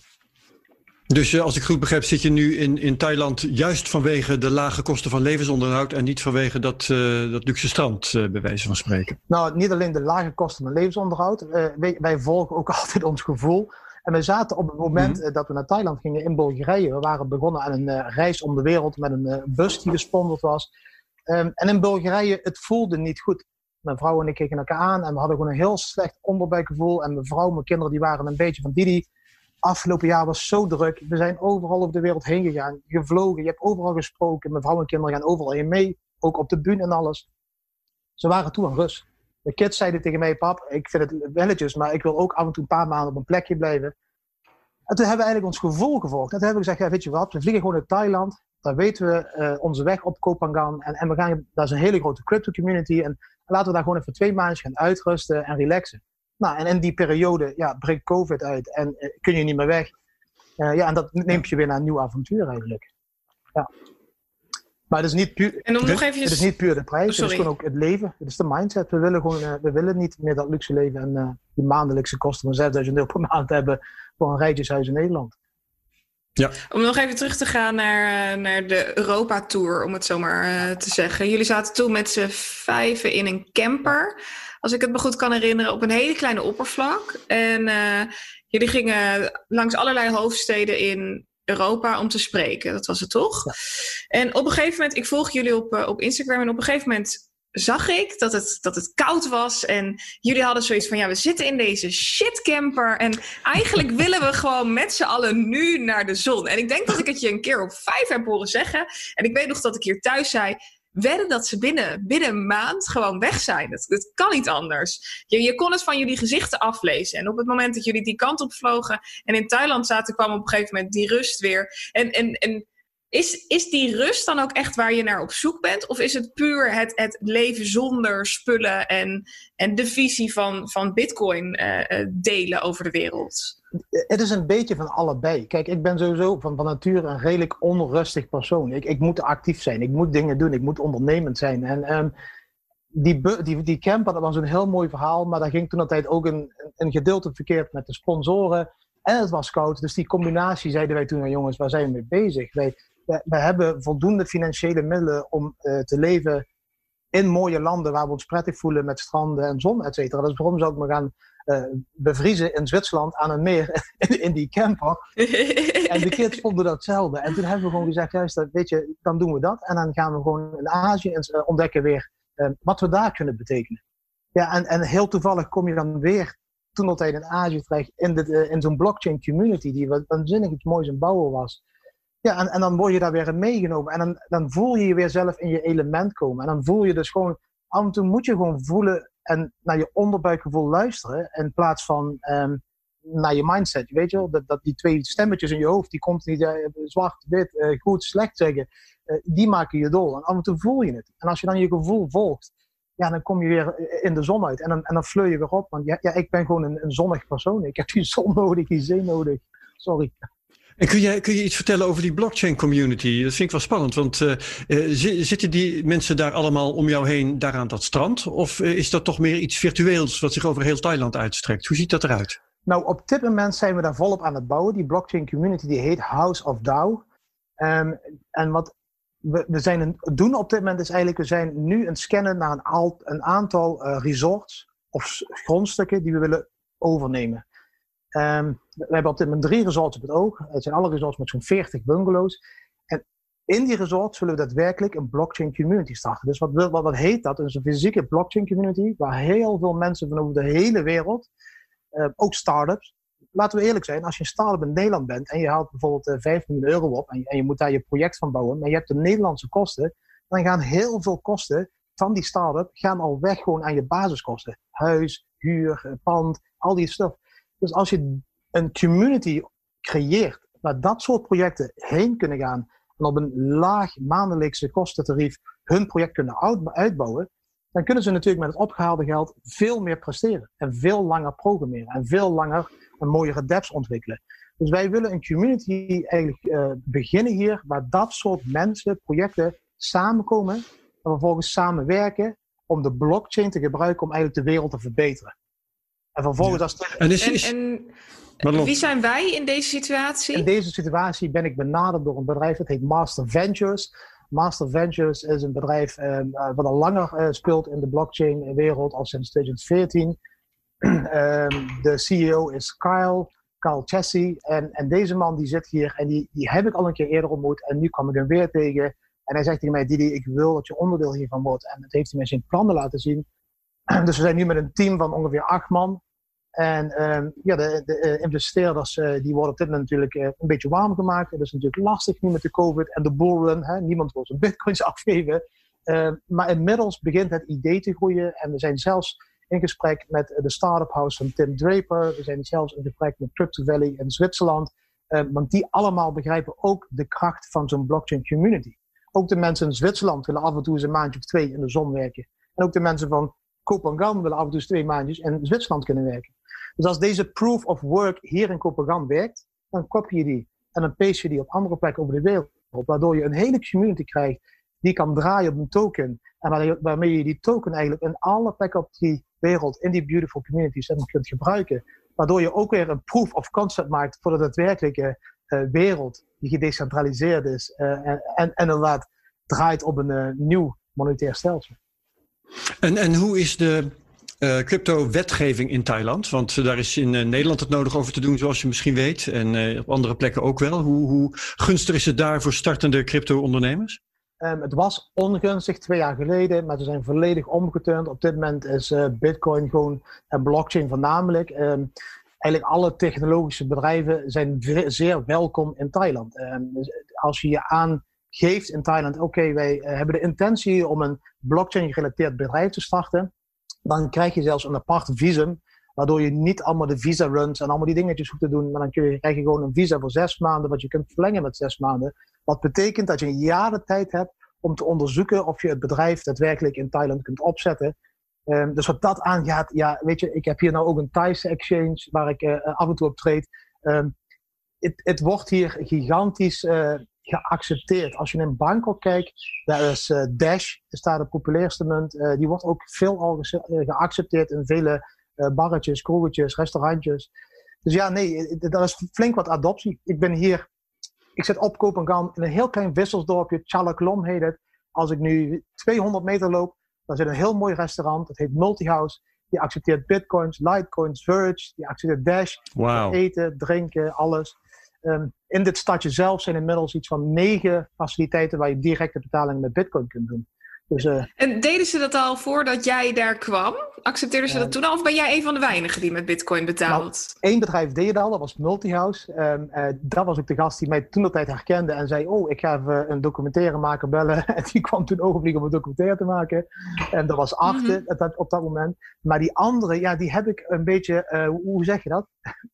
Dus uh, als ik goed begrijp, zit je nu in, in Thailand juist vanwege de lage kosten van levensonderhoud en niet vanwege dat, uh, dat luxe strand, uh, bij wijze van spreken? Nou, niet alleen de lage kosten van levensonderhoud. Uh, wij, wij volgen ook altijd ons gevoel. En we zaten op het moment mm-hmm. uh, dat we naar Thailand gingen in Bulgarije. We waren begonnen aan een uh, reis om de wereld met een uh, bus die gesponsord was. Um, en in Bulgarije, het voelde niet goed. Mijn vrouw en ik keken elkaar aan en we hadden gewoon een heel slecht onderbuikgevoel. En mijn vrouw, mijn kinderen, die waren een beetje van Didi. Afgelopen jaar was zo druk. We zijn overal over de wereld heen gegaan. Gevlogen. Je hebt overal gesproken. Mijn vrouw en kinderen gaan overal heen mee. Ook op de bühne en alles. Ze waren toe aan rust. De kids zeiden tegen mij, pap, ik vind het welletjes, maar ik wil ook af en toe een paar maanden op een plekje blijven. En toen hebben we eigenlijk ons gevoel gevolgd. En toen hebben we gezegd, ja, weet je wat, we vliegen gewoon naar Thailand. Daar weten we uh, onze weg op Koh Phangan. En, en we gaan, dat is een hele grote crypto community. En laten we daar gewoon even twee maanden gaan uitrusten en relaxen. Nou, en in die periode ja, breekt COVID uit en uh, kun je niet meer weg. Uh, ja, en dat neemt je weer naar een nieuw avontuur eigenlijk. Ja. Maar het is niet puur, en om nog eventjes... het is niet puur de prijs, oh, het is gewoon ook het leven. Het is de mindset. We willen, gewoon, uh, we willen niet meer dat luxe leven en uh, die maandelijkse kosten van zesduizend euro per maand hebben voor een rijtjeshuis in Nederland. Ja. Om nog even terug te gaan naar, naar de Europa-tour, om het zo maar uh, te zeggen. Jullie zaten toen met z'n vijven in een camper, als ik het me goed kan herinneren, op een hele kleine oppervlak. En uh, jullie gingen langs allerlei hoofdsteden in Europa om te spreken. Dat was het toch? Ja. En op een gegeven moment, ik volg jullie op, uh, op Instagram en op een gegeven moment zag ik dat het, dat het koud was en jullie hadden zoiets van, ja, we zitten in deze shitcamper en eigenlijk willen we gewoon met z'n allen nu naar de zon. En ik denk dat ik het je een keer op vijf heb horen zeggen. En ik weet nog dat ik hier thuis zei, wedden dat ze binnen, binnen een maand gewoon weg zijn. Dat, dat kan niet anders. Je, je kon het van jullie gezichten aflezen. En op het moment dat jullie die kant op vlogen en in Thailand zaten, kwam op een gegeven moment die rust weer. En, en, en Is, is die rust dan ook echt waar je naar op zoek bent? Of is het puur het, het leven zonder spullen en, en de visie van, van Bitcoin uh, delen over de wereld? Het is een beetje van allebei. Kijk, ik ben sowieso van, van nature een redelijk onrustig persoon. Ik, ik moet actief zijn, ik moet dingen doen, ik moet ondernemend zijn. En um, die, die, die camper, dat was een heel mooi verhaal, maar daar ging toen altijd ook een, een gedeelte verkeerd met de sponsoren. En het was koud, dus die combinatie zeiden wij toen, nou jongens, waar zijn we mee bezig? Wij, We, we hebben voldoende financiële middelen om uh, te leven in mooie landen waar we ons prettig voelen met stranden en zon, et cetera. Dus waarom zou ik me gaan uh, bevriezen in Zwitserland aan een meer in, in die camper? En de kids vonden datzelfde. En toen hebben we gewoon gezegd, juist, weet je, dan doen we dat. En dan gaan we gewoon in Azië uh, ontdekken weer uh, wat we daar kunnen betekenen. Ja, en, en heel toevallig kom je dan weer toen altijd in Azië terecht in, de, uh, in zo'n blockchain community die wat waanzinnig iets moois in bouwen was. Ja, en, en dan word je daar weer in meegenomen. En dan, dan voel je je weer zelf in je element komen. En dan voel je dus gewoon, af en toe moet je gewoon voelen en naar je onderbuikgevoel luisteren. In plaats van um, naar je mindset. Weet je wel, dat, dat die twee stemmetjes in je hoofd, die continu uh, zwart, wit, uh, goed, slecht zeggen. Uh, die maken je dol. En af en toe voel je het. En als je dan je gevoel volgt, ja, dan kom je weer in de zon uit. En dan, en dan fleur je weer op. Want ja, ja, ik ben gewoon een, een zonnig persoon. Ik heb die zon nodig, die zee nodig. Sorry. En kun je, kun je iets vertellen over die blockchain community? Dat vind ik wel spannend, want uh, zitten die mensen daar allemaal om jou heen daar aan dat strand? Of uh, is dat toch meer iets virtueels wat zich over heel Thailand uitstrekt? Hoe ziet dat eruit? Nou, op dit moment zijn we daar volop aan het bouwen. Die blockchain community die heet House of DAO. Um, en wat we, we zijn een, doen op dit moment is eigenlijk, we zijn nu aan het scannen naar een, al, een aantal uh, resorts of grondstukken die we willen overnemen. Um, we hebben op dit moment drie resorts op het oog. Het zijn alle resorts met zo'n veertig bungalows. En in die resorts zullen we daadwerkelijk een blockchain community starten. Dus wat, wat, wat heet dat? Het is een fysieke blockchain community waar heel veel mensen van over de hele wereld, uh, ook start-ups. Laten we eerlijk zijn, als je een start-up in Nederland bent en je haalt bijvoorbeeld uh, vijf miljoen euro op en je, en je moet daar je project van bouwen, maar je hebt de Nederlandse kosten, dan gaan heel veel kosten van die start-up gaan al weg gewoon aan je basiskosten. Huis, huur, pand, al die stuff. Dus als je een community creëert waar dat soort projecten heen kunnen gaan en op een laag maandelijkse kostentarief hun project kunnen uitbouwen, dan kunnen ze natuurlijk met het opgehaalde geld veel meer presteren. En veel langer programmeren. En veel langer een mooiere dApps ontwikkelen. Dus wij willen een community eigenlijk uh, beginnen hier, waar dat soort mensen, projecten samenkomen. En vervolgens samenwerken om de blockchain te gebruiken om eigenlijk de wereld te verbeteren. En vervolgens ja. als... En, is, is... en, en wie zijn wij in deze situatie? In deze situatie ben ik benaderd door een bedrijf, dat heet Master Ventures. Master Ventures is een bedrijf uh, wat al langer uh, speelt in de blockchain wereld, al sinds twintig veertien. uh, de C E O is Kyle, Kyle Chessy. En, en deze man die zit hier en die, die heb ik al een keer eerder ontmoet. En nu kwam ik hem weer tegen. En hij zegt tegen mij, Didi, ik wil dat je onderdeel hiervan wordt. En dat heeft hij mij zijn plannen laten zien. Dus we zijn nu met een team van ongeveer acht man. En um, ja, de, de uh, investeerders uh, die worden op dit moment natuurlijk uh, een beetje warm gemaakt. Het is natuurlijk lastig nu met de COVID en de bullrun. Hè? Niemand wil zijn bitcoins afgeven. Uh, maar inmiddels begint het idee te groeien. En we zijn zelfs in gesprek met de Startup House van Tim Draper. We zijn zelfs in gesprek met Crypto Valley in Zwitserland. Uh, want die allemaal begrijpen ook de kracht van zo'n blockchain community. Ook de mensen in Zwitserland willen af en toe eens een maandje of twee in de zon werken. En ook de mensen van Kopangan willen af en toe eens twee maandjes in Zwitserland kunnen werken. Dus als deze proof of work hier in Kopangan werkt, dan kopie je die en dan paste je die op andere plekken over de wereld. Waardoor je een hele community krijgt die kan draaien op een token. En waarmee je die token eigenlijk in alle plekken op die wereld, in die beautiful communities, kunt gebruiken. Waardoor je ook weer een proof of concept maakt voor de daadwerkelijke uh, wereld die gedecentraliseerd is. Uh, en, en inderdaad draait op een uh, nieuw monetair stelsel. En, en hoe is de uh, crypto-wetgeving in Thailand? Want daar is in uh, Nederland het nodig over te doen, zoals je misschien weet. En uh, op andere plekken ook wel. Hoe, hoe gunstig is het daar voor startende crypto-ondernemers? Um, het was ongunstig twee jaar geleden, maar ze zijn volledig omgeturnd. Op dit moment is uh, Bitcoin gewoon en blockchain voornamelijk. Um, eigenlijk alle technologische bedrijven zijn v- zeer welkom in Thailand. Um, dus als je je aangeeft in Thailand, oké, okay, wij uh, hebben de intentie om een blockchain-gerelateerd bedrijf te starten, dan krijg je zelfs een apart visum, waardoor je niet allemaal de visa-runs en allemaal die dingetjes hoeft te doen, maar dan kun je, krijg je gewoon een visa voor zes maanden, wat je kunt verlengen met zes maanden. Wat betekent dat je een jaar de tijd hebt om te onderzoeken of je het bedrijf daadwerkelijk in Thailand kunt opzetten. Um, dus wat dat aangaat, ja, weet je, ik heb hier nou ook een Thaise exchange waar ik uh, af en toe op treed. Um, het wordt hier gigantisch uh, geaccepteerd. Als je in Bangkok kijkt, daar is uh, Dash, is daar de populairste munt. Uh, die wordt ook veel al ge- uh, geaccepteerd in vele uh, barretjes, kroegetjes, restaurantjes. Dus ja, nee, er is flink wat adoptie. Ik ben hier, ik zit op Kopangan in een heel klein wisselsdorpje, Chalaklom heet het. Als ik nu tweehonderd meter loop, dan zit een heel mooi restaurant, dat heet Multihouse. Die accepteert bitcoins, litecoins, Verge, die accepteert Dash. Wow. Eten, drinken, alles. Um, in dit stadje zelf zijn inmiddels iets van negen faciliteiten waar je directe betalingen met bitcoin kunt doen. Dus, uh, en deden ze dat al voordat jij daar kwam? Accepteerden ze uh, dat toen al? Of ben jij een van de weinigen die met bitcoin betaalt? Eén bedrijf deed het al, dat was Multihouse. Um, uh, dat was ook de gast die mij toen de tijd herkende en zei, oh, ik ga even een documentairemaker bellen. En die kwam toen ogenblik om een documentaire te maken. En dat was Arte mm-hmm. dat, op dat moment. Maar die andere, ja, die heb ik een beetje, uh, hoe zeg je dat?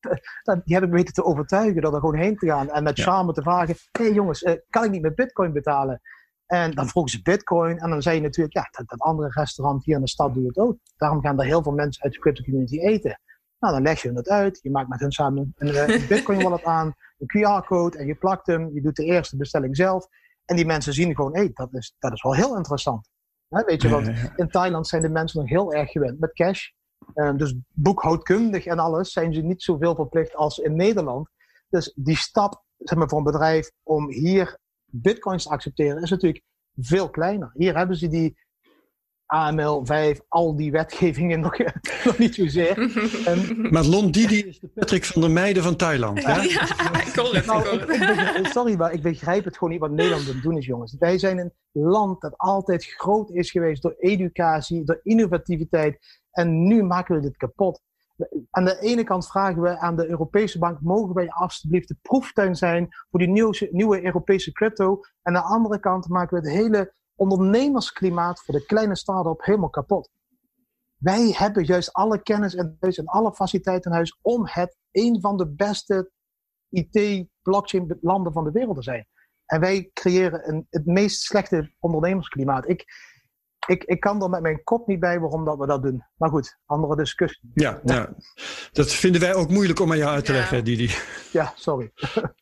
Die heb ik weten te overtuigen door er gewoon heen te gaan. En met charme ja. te vragen, hé hey jongens, uh, kan ik niet met bitcoin betalen? En dan vroegen ze bitcoin. En dan zei je natuurlijk, ja, dat, dat andere restaurant hier in de stad doet het ook. Daarom gaan er heel veel mensen uit de crypto community eten. Nou, dan leg je het uit. Je maakt met hen samen een, een bitcoin wallet aan. Een Q R-code. En je plakt hem. Je doet de eerste bestelling zelf. En die mensen zien gewoon, hé, hey, dat, is, dat is wel heel interessant. He, weet je, want in Thailand zijn de mensen nog heel erg gewend met cash. Um, dus boekhoudkundig en alles zijn ze niet zoveel verplicht als in Nederland. Dus die stap, zeg maar, voor een bedrijf om hier bitcoins te accepteren is natuurlijk veel kleiner. Hier hebben ze die A M L vijf, al die wetgevingen nog, nog niet zozeer. Um, maar Lon Didi is de Patrick van der Meijden van Thailand. Hè? Ja, ik hoor het. Nou, ik, ik begrijp, sorry, maar ik begrijp het gewoon niet wat Nederland aan het doen is, jongens. Wij zijn een land dat altijd groot is geweest door educatie, door innovativiteit. En nu maken we dit kapot. Aan de ene kant vragen we aan de Europese bank, mogen wij alsjeblieft de proeftuin zijn voor die nieuwe, nieuwe Europese crypto. En aan de andere kant maken we het hele ondernemersklimaat voor de kleine start-up helemaal kapot. Wij hebben juist alle kennis in huis en alle faciliteiten in huis om het een van de beste I T-blockchain landen van de wereld te zijn. En wij creëren een, het meest slechte ondernemersklimaat. Ik, ik, ik kan er met mijn kop niet bij waarom dat we dat doen. Maar goed, andere discussie. Ja, ja. ja, dat vinden wij ook moeilijk om aan jou uit te ja. leggen, Didi. Ja, sorry.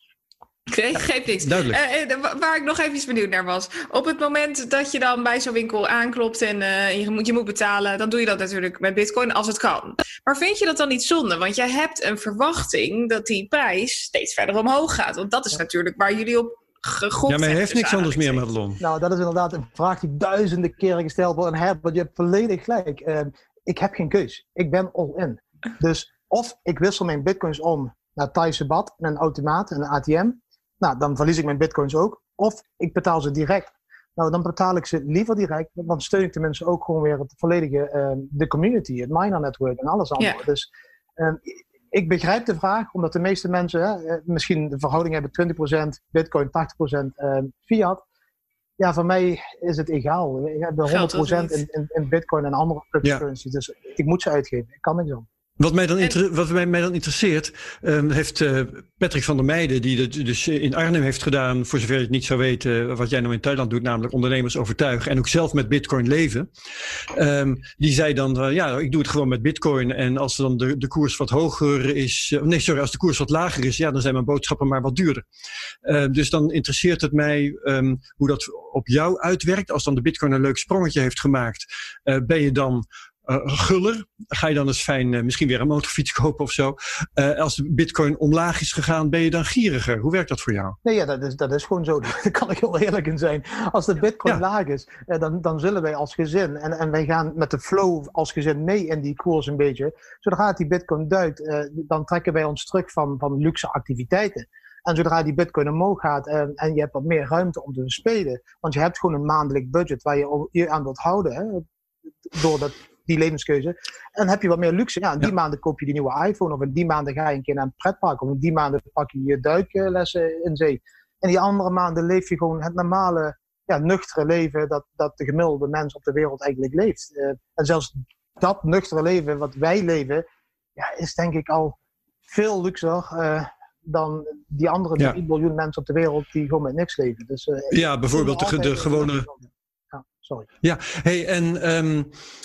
Nee, geeft niks. Duidelijk. Uh, waar ik nog even benieuwd naar was. Op het moment dat je dan bij zo'n winkel aanklopt en uh, je, moet, je moet betalen, dan doe je dat natuurlijk met Bitcoin als het kan. Maar vind je dat dan niet zonde? Want jij hebt een verwachting dat die prijs steeds verder omhoog gaat. Want dat is natuurlijk waar jullie op gegokt. Ja, maar hij heeft niks anders meer, Madelon. Nou, dat is inderdaad een vraag die duizenden keren gesteld wordt. En Herbert, je hebt volledig gelijk. Uh, ik heb geen keus. Ik ben all in. Dus of ik wissel mijn bitcoins om naar Thaise baht, een automaat, een A T M. Nou, dan verlies ik mijn bitcoins ook. Of ik betaal ze direct. Nou, dan betaal ik ze liever direct. Want dan steun ik de mensen ook gewoon weer het volledige, uh, de community, het miner network en alles andere. Yeah. Dus uh, ik begrijp de vraag, omdat de meeste mensen uh, misschien de verhouding hebben twintig procent bitcoin, tachtig procent uh, fiat. Ja, voor mij is het egaal. Ik heb honderd procent in, in, in bitcoin en andere cryptocurrencies. Yeah. Dus ik moet ze uitgeven. Ik kan niks doen. Wat mij dan, inter- wat mij, mij dan interesseert, um, heeft uh, Patrick van der Meijden, die het dus in Arnhem heeft gedaan, voor zover je het niet zou weten, wat jij nou in Thailand doet, namelijk ondernemers overtuigen en ook zelf met Bitcoin leven. Um, die zei dan, uh, ja, ik doe het gewoon met Bitcoin en als dan de, de koers wat hoger is, uh, nee, sorry, als de koers wat lager is, ja, dan zijn mijn boodschappen maar wat duurder. Uh, dus dan interesseert het mij um, hoe dat op jou uitwerkt. Als dan de Bitcoin een leuk sprongetje heeft gemaakt, uh, ben je dan Uh, guller, ga je dan eens fijn uh, misschien weer een motorfiets kopen of zo. Uh, als de bitcoin omlaag is gegaan, ben je dan gieriger. Hoe werkt dat voor jou? Nee, ja, dat is, dat is gewoon zo. Daar kan ik heel eerlijk in zijn. Als de bitcoin ja. laag is, uh, dan, dan zullen wij als gezin, en, en wij gaan met de flow als gezin mee in die koers een beetje. Zodra die bitcoin duikt, uh, dan trekken wij ons terug van, van luxe activiteiten. En zodra die bitcoin omhoog gaat uh, en je hebt wat meer ruimte om te spelen, want je hebt gewoon een maandelijk budget waar je je aan wilt houden, hè, door dat die levenskeuze. En dan heb je wat meer luxe. Ja, in die ja. maanden koop je die nieuwe iPhone. Of in die maanden ga je een keer naar een pretpark. Of in die maanden pak je je duiklessen in zee. En die andere maanden leef je gewoon het normale, ja, nuchtere leven dat, dat de gemiddelde mens op de wereld eigenlijk leeft. Uh, en zelfs dat nuchtere leven wat wij leven, ja, is denk ik al veel luxer uh, dan die andere drie ja. miljoen mensen op de wereld die gewoon met niks leven. Dus, uh, ja, bijvoorbeeld de, de gewone... Ja, sorry. Ja, hey, en... Um...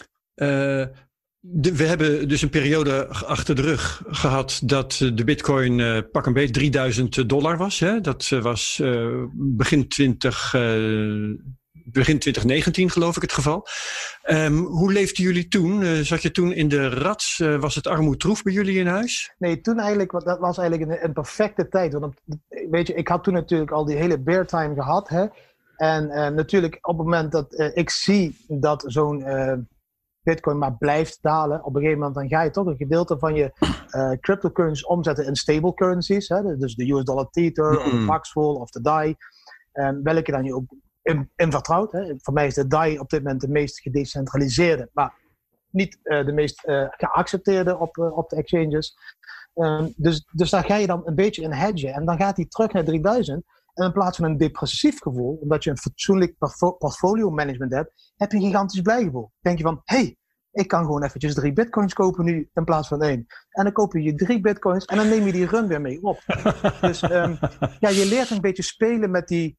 Uh, de, we hebben dus een periode achter de rug gehad dat de bitcoin uh, pak een beetje drieduizend dollar was. Hè? Dat uh, was uh, begin, twintig, uh, begin twintig negentien geloof ik het geval. Um, hoe leefden jullie toen? Uh, zat je toen in de rats? Uh, was het armoedtroef bij jullie in huis? Nee, toen eigenlijk, dat was eigenlijk een, een perfecte tijd. Want weet je, ik had toen natuurlijk al die hele bear time gehad. Hè? En uh, natuurlijk op het moment dat uh, ik zie dat zo'n... Uh, Bitcoin maar blijft dalen, op een gegeven moment dan ga je toch een gedeelte van je uh, cryptocurrencies omzetten in stable currencies. Hè? Dus de U S dollar Tether, mm. of de Paxful of de D A I. Um, welke dan je ook in, in vertrouwt. Hè? Voor mij is de D A I op dit moment de meest gedecentraliseerde, maar niet uh, de meest uh, geaccepteerde op, uh, op de exchanges. Um, dus, dus daar ga je dan een beetje in hedgen. En dan gaat die terug naar drieduizend. En in plaats van een depressief gevoel, omdat je een fatsoenlijk portfolio management hebt, heb je een gigantisch blijgevoel. Denk je van, hé, hey, ik kan gewoon eventjes drie bitcoins kopen nu in plaats van één. En dan koop je je drie bitcoins en dan neem je die run weer mee op. Dus um, ja, je leert een beetje spelen met die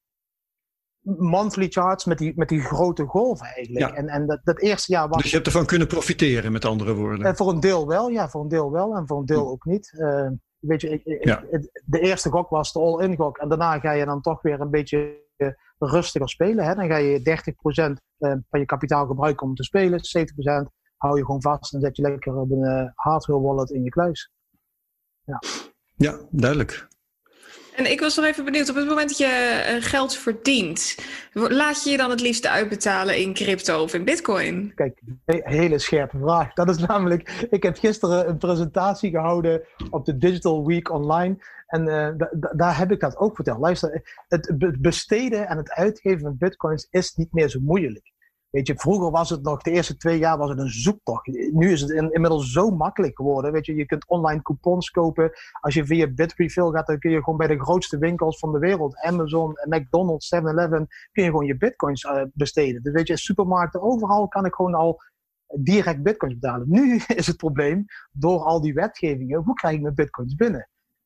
monthly charts, met die, met die grote golven eigenlijk. Ja. En, en dat, dat eerste jaar was... Dus je hebt ervan kunnen profiteren, met andere woorden. Uh, voor een deel wel, ja, voor een deel wel en voor een deel hm. ook niet. Uh, Weet je, ik, ja. ik, de eerste gok was de all-in gok. En daarna ga je dan toch weer een beetje rustiger spelen. Hè? Dan ga je dertig procent van je kapitaal gebruiken om te spelen. zeventig procent hou je gewoon vast en zet je lekker op een hardware wallet in je kluis. Ja, ja, duidelijk. En ik was nog even benieuwd, op het moment dat je geld verdient, laat je je dan het liefst uitbetalen in crypto of in bitcoin? Kijk, een hele scherpe vraag. Dat is namelijk, ik heb gisteren een presentatie gehouden op de Digital Week Online. En uh, d- d- daar heb ik dat ook verteld. Luister, het besteden en het uitgeven van bitcoins is niet meer zo moeilijk. Weet je, vroeger was het nog, de eerste twee jaar was het een zoektocht. Nu is het in, inmiddels zo makkelijk geworden. Weet je, je kunt online coupons kopen. Als je via Bitrefill gaat, dan kun je gewoon bij de grootste winkels van de wereld, Amazon, McDonald's, seven eleven, kun je gewoon je bitcoins uh, besteden. Dus weet je, supermarkten, overal kan ik gewoon al direct bitcoins betalen. Nu is het probleem, door al die wetgevingen, hoe krijg ik mijn bitcoins binnen?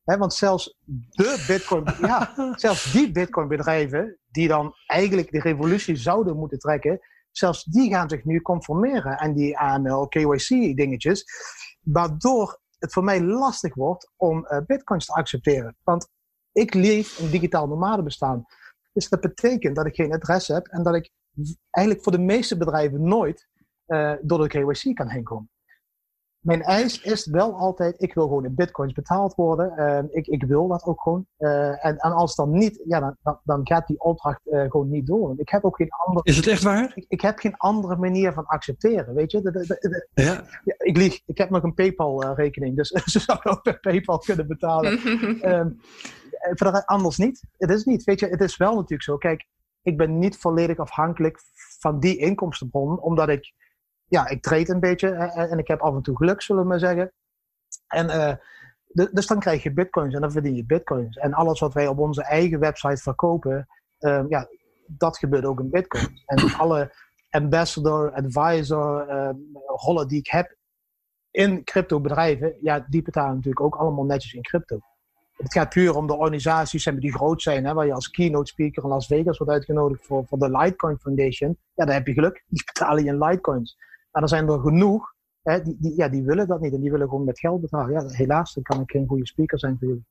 Hè, want zelfs de Bitcoin, ja, zelfs die Bitcoin-bedrijven, die dan eigenlijk de revolutie zouden moeten trekken, zelfs die gaan zich nu conformeren aan die A M L, K Y C-dingetjes, waardoor het voor mij lastig wordt om uh, Bitcoins te accepteren. Want ik leef een digitaal nomade bestaan. Dus dat betekent dat ik geen adres heb en dat ik eigenlijk voor de meeste bedrijven nooit uh, door de K Y C kan heen komen. Mijn eis is wel altijd, ik wil gewoon in bitcoins betaald worden. Uh, ik, ik wil dat ook gewoon. Uh, en, en als dan niet, ja, dan, dan, dan gaat die opdracht uh, gewoon niet door. Ik heb ook geen andere... Is het echt waar? Ik, ik heb geen andere manier van accepteren, weet je. De, de, de, de, ja. Ja, ik lieg. Ik heb nog een PayPal-rekening, dus ze zouden ook met PayPal kunnen betalen. um, voor de, anders niet. Het is niet, weet je. Het is wel natuurlijk zo. Kijk, ik ben niet volledig afhankelijk van die inkomstenbron, omdat ik Ja, ik trade een beetje uh, en ik heb af en toe geluk, zullen we maar zeggen. En, uh, de, dus dan krijg je bitcoins en dan verdien je bitcoins. En alles wat wij op onze eigen website verkopen, uh, ja, dat gebeurt ook in bitcoins. En alle ambassador, advisor, uh, rollen die ik heb in crypto bedrijven, ja, die betalen natuurlijk ook allemaal netjes in crypto. Het gaat puur om de organisaties die groot zijn, hè, waar je als keynote speaker in Las Vegas wordt uitgenodigd voor, voor de Litecoin Foundation. Ja, dan heb je geluk. Die betalen je in Litecoins. Maar er zijn er genoeg, hè, die, die, ja, die willen dat niet en die willen gewoon met geld betalen. Ja, helaas, dan kan ik geen goede speaker zijn voor jullie.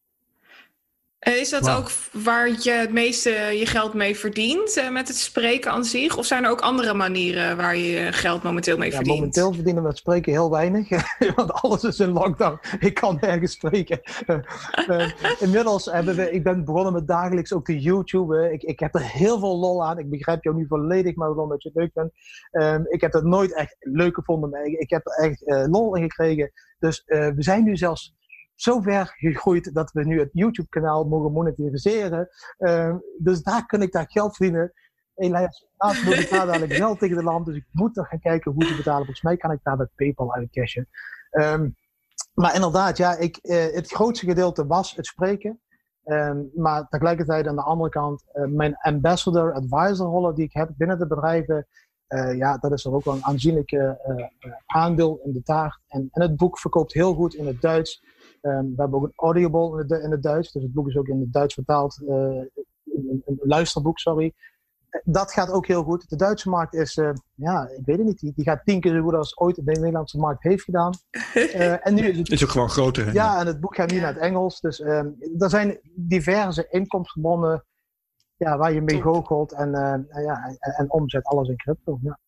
Is dat wow. ook waar je het meeste je geld mee verdient, uh, met het spreken aan zich? Of zijn er ook andere manieren waar je geld momenteel mee ja, verdient? Momenteel verdienen we het spreken heel weinig, want alles is in lockdown. Ik kan nergens spreken. uh, uh, inmiddels hebben we, ik ben begonnen met dagelijks ook te YouTuben. Ik, ik heb er heel veel lol aan. Ik begrijp jou nu volledig, maar omdat je het leuk vindt. Um, ik heb het nooit echt leuk gevonden, maar ik, ik heb er echt uh, lol in gekregen. Dus uh, we zijn nu zelfs zo ver gegroeid dat we nu het YouTube-kanaal mogen monetariseren. Uh, dus daar kan ik daar geld verdienen. Helaas, laatst moet ik daar dadelijk geld tegen de lamp. Dus ik moet nog gaan kijken hoe te betalen. Volgens mij kan ik daar met PayPal uitcashen. Um, maar inderdaad, ja, ik, uh, het grootste gedeelte was het spreken. Um, maar tegelijkertijd aan de andere kant, uh, mijn ambassador, advisor rollen die ik heb binnen de bedrijven. Uh, ja, dat is er ook wel een aanzienlijke uh, uh, aandeel in de taart. En, en het boek verkoopt heel goed in het Duits. Um, we hebben ook een Audible in het, in het Duits, dus het boek is ook in het Duits vertaald, uh, een, een luisterboek, sorry. Dat gaat ook heel goed. De Duitse markt is, uh, ja, ik weet het niet, die, die gaat tien keer zo goed als ooit de Nederlandse markt heeft gedaan. Uh, en nu is het is ook gewoon groter. Hè? Ja, en het boek gaat nu naar het Engels, dus um, er zijn diverse inkomstenbronnen ja, waar je mee goochelt en, uh, ja, en, en omzet alles in crypto. Ja.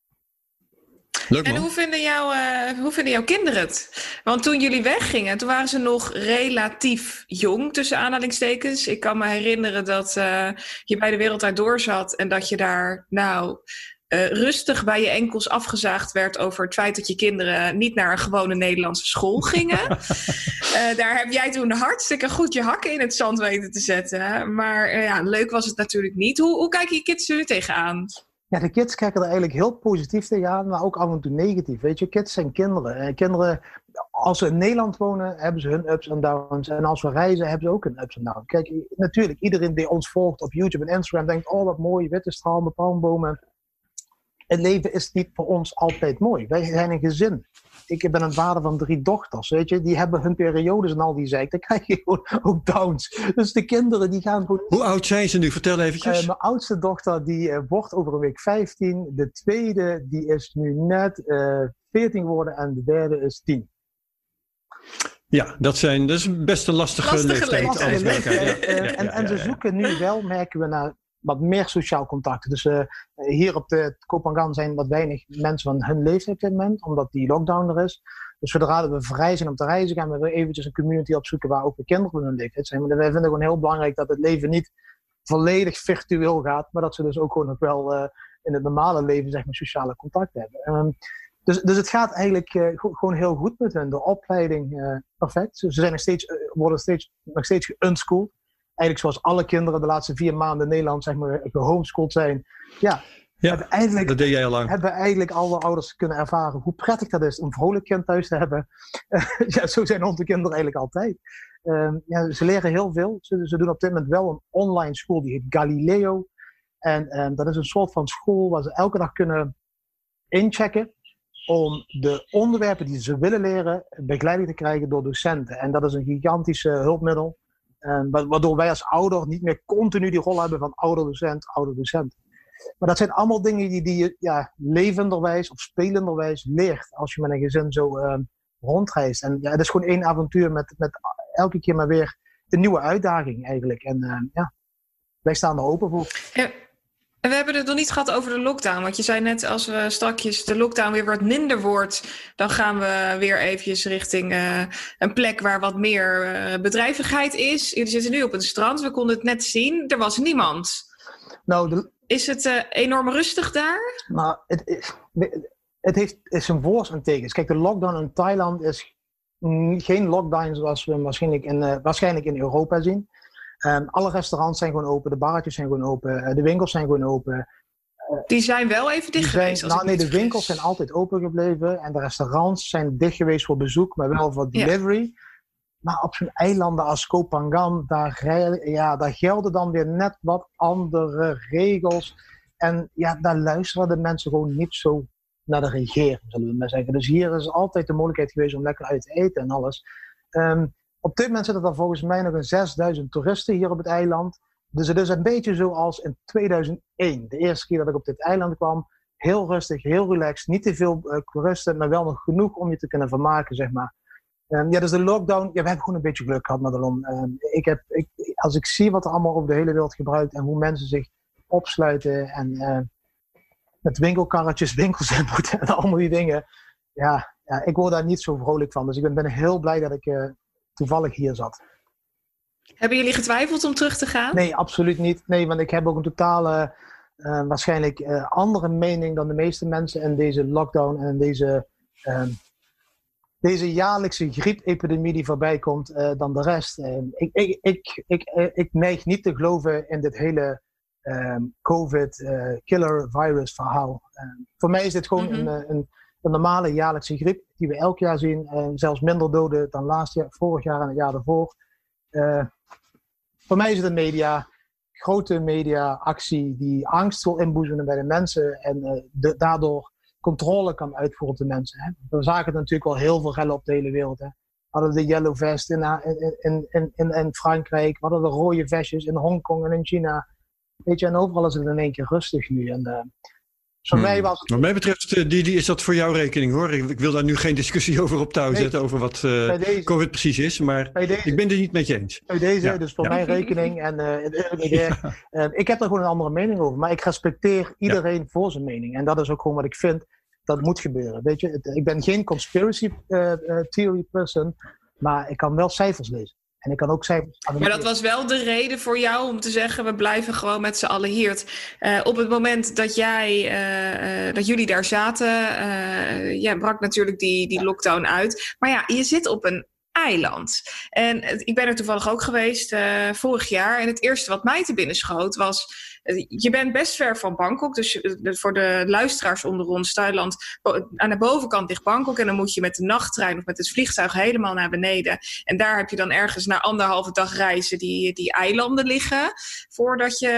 Leuk, en hoe vinden, jou, uh, hoe vinden jouw kinderen het? Want toen jullie weggingen, toen waren ze nog relatief jong, tussen aanhalingstekens. Ik kan me herinneren dat uh, je bij de Wereldwijd Door zat en dat je daar nou uh, rustig bij je enkels afgezaagd werd over het feit dat je kinderen niet naar een gewone Nederlandse school gingen. uh, daar heb jij toen hartstikke goed je hakken in het zand weten te zetten. Maar uh, ja, leuk was het natuurlijk niet. Hoe, hoe kijken je kids er nu tegenaan? Ja, de kids kijken er eigenlijk heel positief tegenaan, maar ook af en toe negatief. Weet je, kids zijn kinderen. En kinderen, als ze in Nederland wonen, hebben ze hun ups en downs. En als we reizen, hebben ze ook hun ups en downs. Kijk, natuurlijk, iedereen die ons volgt op YouTube en Instagram denkt, oh wat mooi, witte stralen, palmbomen. Het leven is niet voor ons altijd mooi. Wij zijn een gezin. Ik ben een vader van drie dochters, weet je. Die hebben hun periodes en al die zeik. Dan krijg je gewoon ook downs. Dus de kinderen die gaan gewoon... Hoe oud zijn ze nu? Vertel eventjes. Uh, mijn oudste dochter die uh, wordt over een week vijftien. De tweede die is nu net uh, veertien geworden. En de derde is tien. Ja, dat, zijn, dat is best een lastige, lastige leeftijd. Lastige leeftijd. Ja. Uh, en, en ze zoeken nu wel, merken we, naar wat meer sociaal contact. Dus uh, hier op de Kopangan zijn wat weinig mensen van hun leeftijd op dit moment, omdat die lockdown er is. Dus zodra we vrij zijn om te reizen, gaan we weer eventjes een community opzoeken waar ook de kinderen van hun leeftijd zijn. Maar wij vinden gewoon heel belangrijk dat het leven niet volledig virtueel gaat, maar dat ze dus ook gewoon nog wel uh, in het normale leven zeg maar sociale contact hebben. Um, dus, dus het gaat eigenlijk uh, go- gewoon heel goed met hun. De opleiding uh, perfect. Ze zijn nog steeds, uh, worden steeds, nog steeds geunschoold. Eigenlijk zoals alle kinderen de laatste vier maanden in Nederland zeg maar gehomeschooled zijn. Ja, ja hebben eigenlijk, dat deed jij al lang. Hebben eigenlijk alle ouders kunnen ervaren hoe prettig dat is om een vrolijk kind thuis te hebben. Ja, zo zijn onze kinderen eigenlijk altijd. Um, ja, ze leren heel veel. Ze, ze doen op dit moment wel een online school die heet Galileo. En um, dat is een soort van school waar ze elke dag kunnen inchecken om de onderwerpen die ze willen leren begeleiding te krijgen door docenten. En dat is een gigantische hulpmiddel. Uh, waardoor wij als ouder niet meer continu die rol hebben van ouder-docent, ouder-docent. Maar dat zijn allemaal dingen die, die je ja, levenderwijs of spelenderwijs leert als je met een gezin zo uh, rondreist. En ja, het is gewoon één avontuur met, met elke keer maar weer een nieuwe uitdaging eigenlijk. En uh, ja, wij staan er open voor. Ja. En we hebben het nog niet gehad over de lockdown. Want je zei net, als we strakjes de lockdown weer wat minder wordt, dan gaan we weer eventjes richting uh, een plek waar wat meer uh, bedrijvigheid is. Jullie zitten nu op een strand, we konden het net zien. Er was niemand. Nou, de... Is het uh, enorm rustig daar? Nou, het, is, het heeft is een voor's en tegens. Kijk, de lockdown in Thailand is geen lockdown zoals we waarschijnlijk in, uh, waarschijnlijk in Europa zien. Um, alle restaurants zijn gewoon open, de barretjes zijn gewoon open, uh, de winkels zijn gewoon open. Uh, die zijn wel even dicht zijn, geweest? Als nou, ik nee, de vergis. winkels zijn altijd open gebleven en de restaurants zijn dicht geweest voor bezoek, maar wel voor delivery. Ja. Maar op zo'n eilanden als Koh Phangan, daar, ja, daar gelden dan weer net wat andere regels. En ja, daar luisteren de mensen gewoon niet zo naar de regering, zullen we maar zeggen. Dus hier is altijd de mogelijkheid geweest om lekker uit te eten en alles. Um, Op dit moment zitten er volgens mij nog een zesduizend toeristen hier op het eiland. Dus het is een beetje zoals in tweeduizend één. De eerste keer dat ik op dit eiland kwam. Heel rustig, heel relaxed. Niet te veel uh, toeristen, maar wel nog genoeg om je te kunnen vermaken, zeg maar. Um, ja, dus de lockdown. Ja, we hebben gewoon een beetje geluk gehad, Madelon. Um, ik heb, ik, als ik zie wat er allemaal over de hele wereld gebruikt en hoe mensen zich opsluiten en uh, met winkelkarretjes winkels in moeten en allemaal die dingen. Ja, ja, ik word daar niet zo vrolijk van. Dus ik ben, ben heel blij dat ik... Uh, toevallig hier zat. Hebben jullie getwijfeld om terug te gaan? Nee, absoluut niet. Nee, want ik heb ook een totale, uh, waarschijnlijk uh, andere mening dan de meeste mensen in deze lockdown en in deze, uh, deze jaarlijkse griepepidemie die voorbij komt uh, dan de rest. Uh, ik, ik, ik, ik, uh, ik neig niet te geloven in dit hele uh, COVID uh, killer virus verhaal. Uh, voor mij is dit gewoon mm-hmm. een, een De normale jaarlijkse griep die we elk jaar zien. Uh, zelfs minder doden dan laatst jaar, vorig jaar en het jaar daarvoor. Uh, voor mij is het een media, grote media-actie die angst wil inboezemen bij de mensen. En uh, de, daardoor controle kan uitvoeren op de mensen. Hè. We zagen het natuurlijk wel heel veel rellen op de hele wereld. Hè. We hadden de yellow vest in, in, in, in, in Frankrijk. We hadden de rode vestjes in Hongkong en in China. Weet je, en overal is het in één keer rustig nu. En, uh, Voor hmm. mij was het... Wat mij betreft, uh, Didi, is dat voor jouw rekening hoor. Ik, ik wil daar nu geen discussie over op touw nee. zetten, over wat uh, deze, COVID precies is. Maar ik ben het niet met je eens. Bij deze, ja. dus voor ja. mijn rekening. En uh, uh, uh, uh, ik heb er gewoon een andere mening over. Maar ik respecteer iedereen ja. voor zijn mening. En dat is ook gewoon wat ik vind dat moet gebeuren. Weet je? Het, ik ben geen conspiracy uh, uh, theory person. Maar ik kan wel cijfers lezen. En ik kan ook cijfers... Maar dat was wel de reden voor jou om te zeggen, we blijven gewoon met z'n allen hier. Uh, op het moment dat jij, uh, uh, dat jullie daar zaten, uh, ja, brak natuurlijk die, die lockdown uit. Maar ja, je zit op een eiland. En uh, ik ben er toevallig ook geweest uh, vorig jaar. En het eerste wat mij te binnen schoot was... Je bent best ver van Bangkok, dus voor de luisteraars onder ons, Thailand, aan de bovenkant ligt Bangkok en dan moet je met de nachttrein of met het vliegtuig helemaal naar beneden. En daar heb je dan ergens na anderhalve dag reizen die, die eilanden liggen voordat je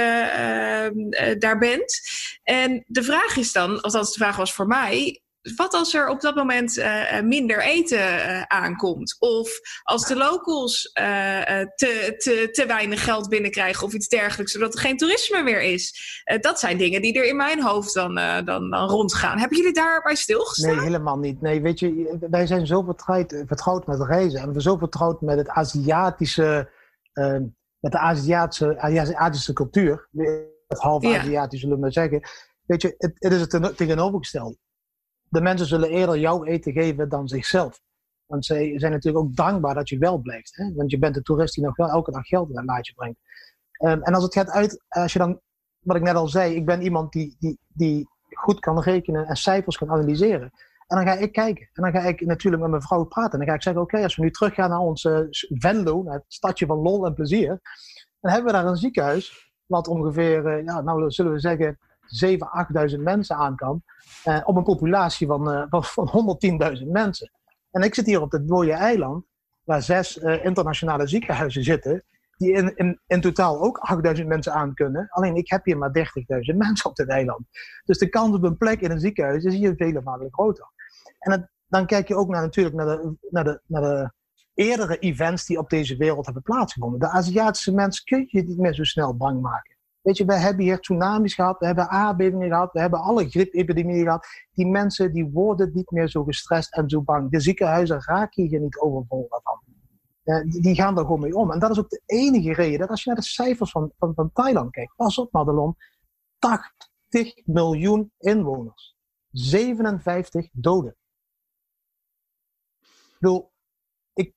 uh, uh, daar bent. En de vraag is dan, althans de vraag was voor mij, wat als er op dat moment uh, minder eten uh, aankomt? Of als de locals uh, te, te, te weinig geld binnenkrijgen of iets dergelijks, zodat er geen toerisme meer is. Uh, dat zijn dingen die er in mijn hoofd dan, uh, dan, dan rondgaan. Hebben jullie daarbij stilgestaan? Nee, helemaal niet. Nee, weet je, wij zijn zo vertrouwd, vertrouwd met reizen. En we zijn zo vertrouwd met het Aziatische, uh, met de Aziatische, Aziatische cultuur. Het half Aziatisch, zullen we maar zeggen. Weet je, het, het is het tegenovergestelde. De mensen zullen eerder jouw eten geven dan zichzelf. Want zij zijn natuurlijk ook dankbaar dat je wel blijft. Hè? Want je bent de toerist die nog wel elke dag geld in een laadje brengt. Um, en als het gaat uit, als je dan, wat ik net al zei, ik ben iemand die, die, die goed kan rekenen en cijfers kan analyseren. En dan ga ik kijken. En dan ga ik natuurlijk met mijn vrouw praten. En dan ga ik zeggen, oké, okay, als we nu teruggaan naar ons uh, Venlo, naar het stadje van lol en plezier. Dan hebben we daar een ziekenhuis, wat ongeveer, uh, ja, nou zullen we zeggen, zevenduizend, achtduizend mensen aan kan. Uh, op een populatie van, uh, van, van honderdtienduizend mensen. En ik zit hier op dit mooie eiland, waar zes uh, internationale ziekenhuizen zitten, die in, in, in totaal ook achtduizend mensen aan kunnen. Alleen ik heb hier maar dertigduizend mensen op dit eiland. Dus de kans op een plek in een ziekenhuis is hier vele malen groter. En het, dan kijk je ook naar, natuurlijk naar de, naar de, naar de eerdere events die op deze wereld hebben plaatsgevonden. De Aziatische mensen kun je niet meer zo snel bang maken. Weet je, we hebben hier tsunamis gehad, we hebben aardbevingen gehad, we hebben alle griepepidemieën gehad. Die mensen die worden niet meer zo gestrest en zo bang. De ziekenhuizen raken hier niet overvol van. Uh, die, die gaan er gewoon mee om. En dat is ook de enige reden dat als je naar de cijfers van, van, van Thailand kijkt, pas op Madelon, tachtig miljoen inwoners. zevenenvijftig doden. Ik bedoel, ik,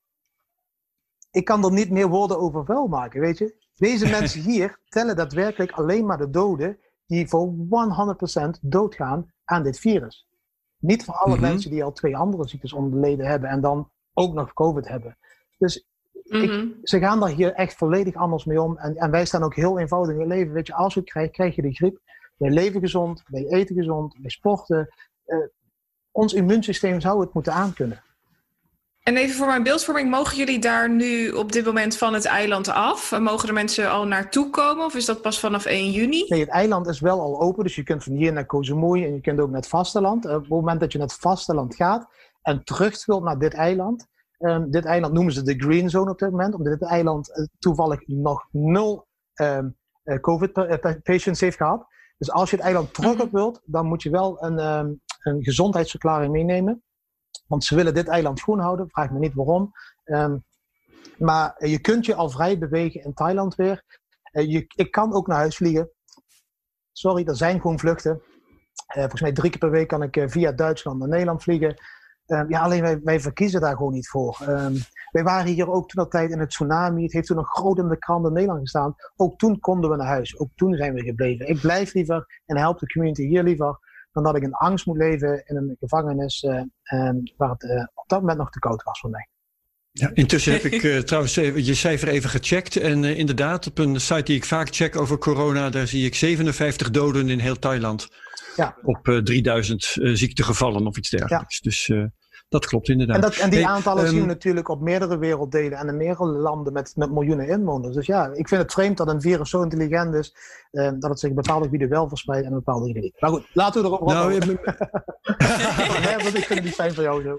ik kan er niet meer woorden over vuil maken, weet je. Deze mensen hier tellen daadwerkelijk alleen maar de doden die voor honderd procent doodgaan aan dit virus. Niet voor alle mm-hmm. mensen die al twee andere ziektes onderleden hebben en dan ook nog COVID hebben. Dus mm-hmm. ik, ze gaan daar hier echt volledig anders mee om. En, en wij staan ook heel eenvoudig in het leven. Weet je, als je het krijgt, krijg je de griep. Wij leven gezond, wij eten gezond, wij sporten. Uh, ons immuunsysteem zou het moeten aankunnen. En even voor mijn beeldvorming, mogen jullie daar nu op dit moment van het eiland af? Mogen de mensen al naartoe komen of is dat pas vanaf één juni? Nee, het eiland is wel al open, dus je kunt van hier naar Koh Samui en je kunt ook naar het vasteland. Op het moment dat je naar het vasteland gaat en terug wilt naar dit eiland, um, dit eiland noemen ze de Green Zone op dit moment, omdat dit eiland uh, toevallig nog nul um, uh, COVID-patients heeft gehad. Dus als je het eiland terug op wilt, dan moet je wel een, um, een gezondheidsverklaring meenemen. Want ze willen dit eiland schoon houden, vraag me niet waarom. Um, maar je kunt je al vrij bewegen in Thailand weer. Uh, je, ik kan ook naar huis vliegen. Sorry, er zijn gewoon vluchten. Uh, volgens mij drie keer per week kan ik uh, via Duitsland naar Nederland vliegen. Uh, ja, alleen wij, wij verkiezen daar gewoon niet voor. Um, wij waren hier ook toen dat tijd in het tsunami. Het heeft toen nog groot in de krant in Nederland gestaan. Ook toen konden we naar huis. Ook toen zijn we gebleven. Ik blijf liever en help de community hier liever dan dat ik in angst moet leven in een gevangenis uh, um, waar het uh, op dat moment nog te koud was voor mij. Ja, intussen heb ik uh, trouwens je cijfer even gecheckt. En uh, inderdaad, op een site die ik vaak check over corona, daar zie ik zevenenvijftig doden in heel Thailand. Ja. Op uh, drieduizend uh, ziektegevallen of iets dergelijks. Ja. Dus uh, dat klopt inderdaad. En, dat, en die hey, aantallen um, zien we um, natuurlijk op meerdere werelddelen en in meerdere landen met, met miljoenen inwoners. Dus ja, ik vind het vreemd dat een virus zo intelligent is, uh, dat het zich in bepaalde gebieden wel verspreidt en in bepaalde gebieden niet. Maar goed, laten we erop nou, houden. Ja, want ik vind het niet fijn voor jou zo.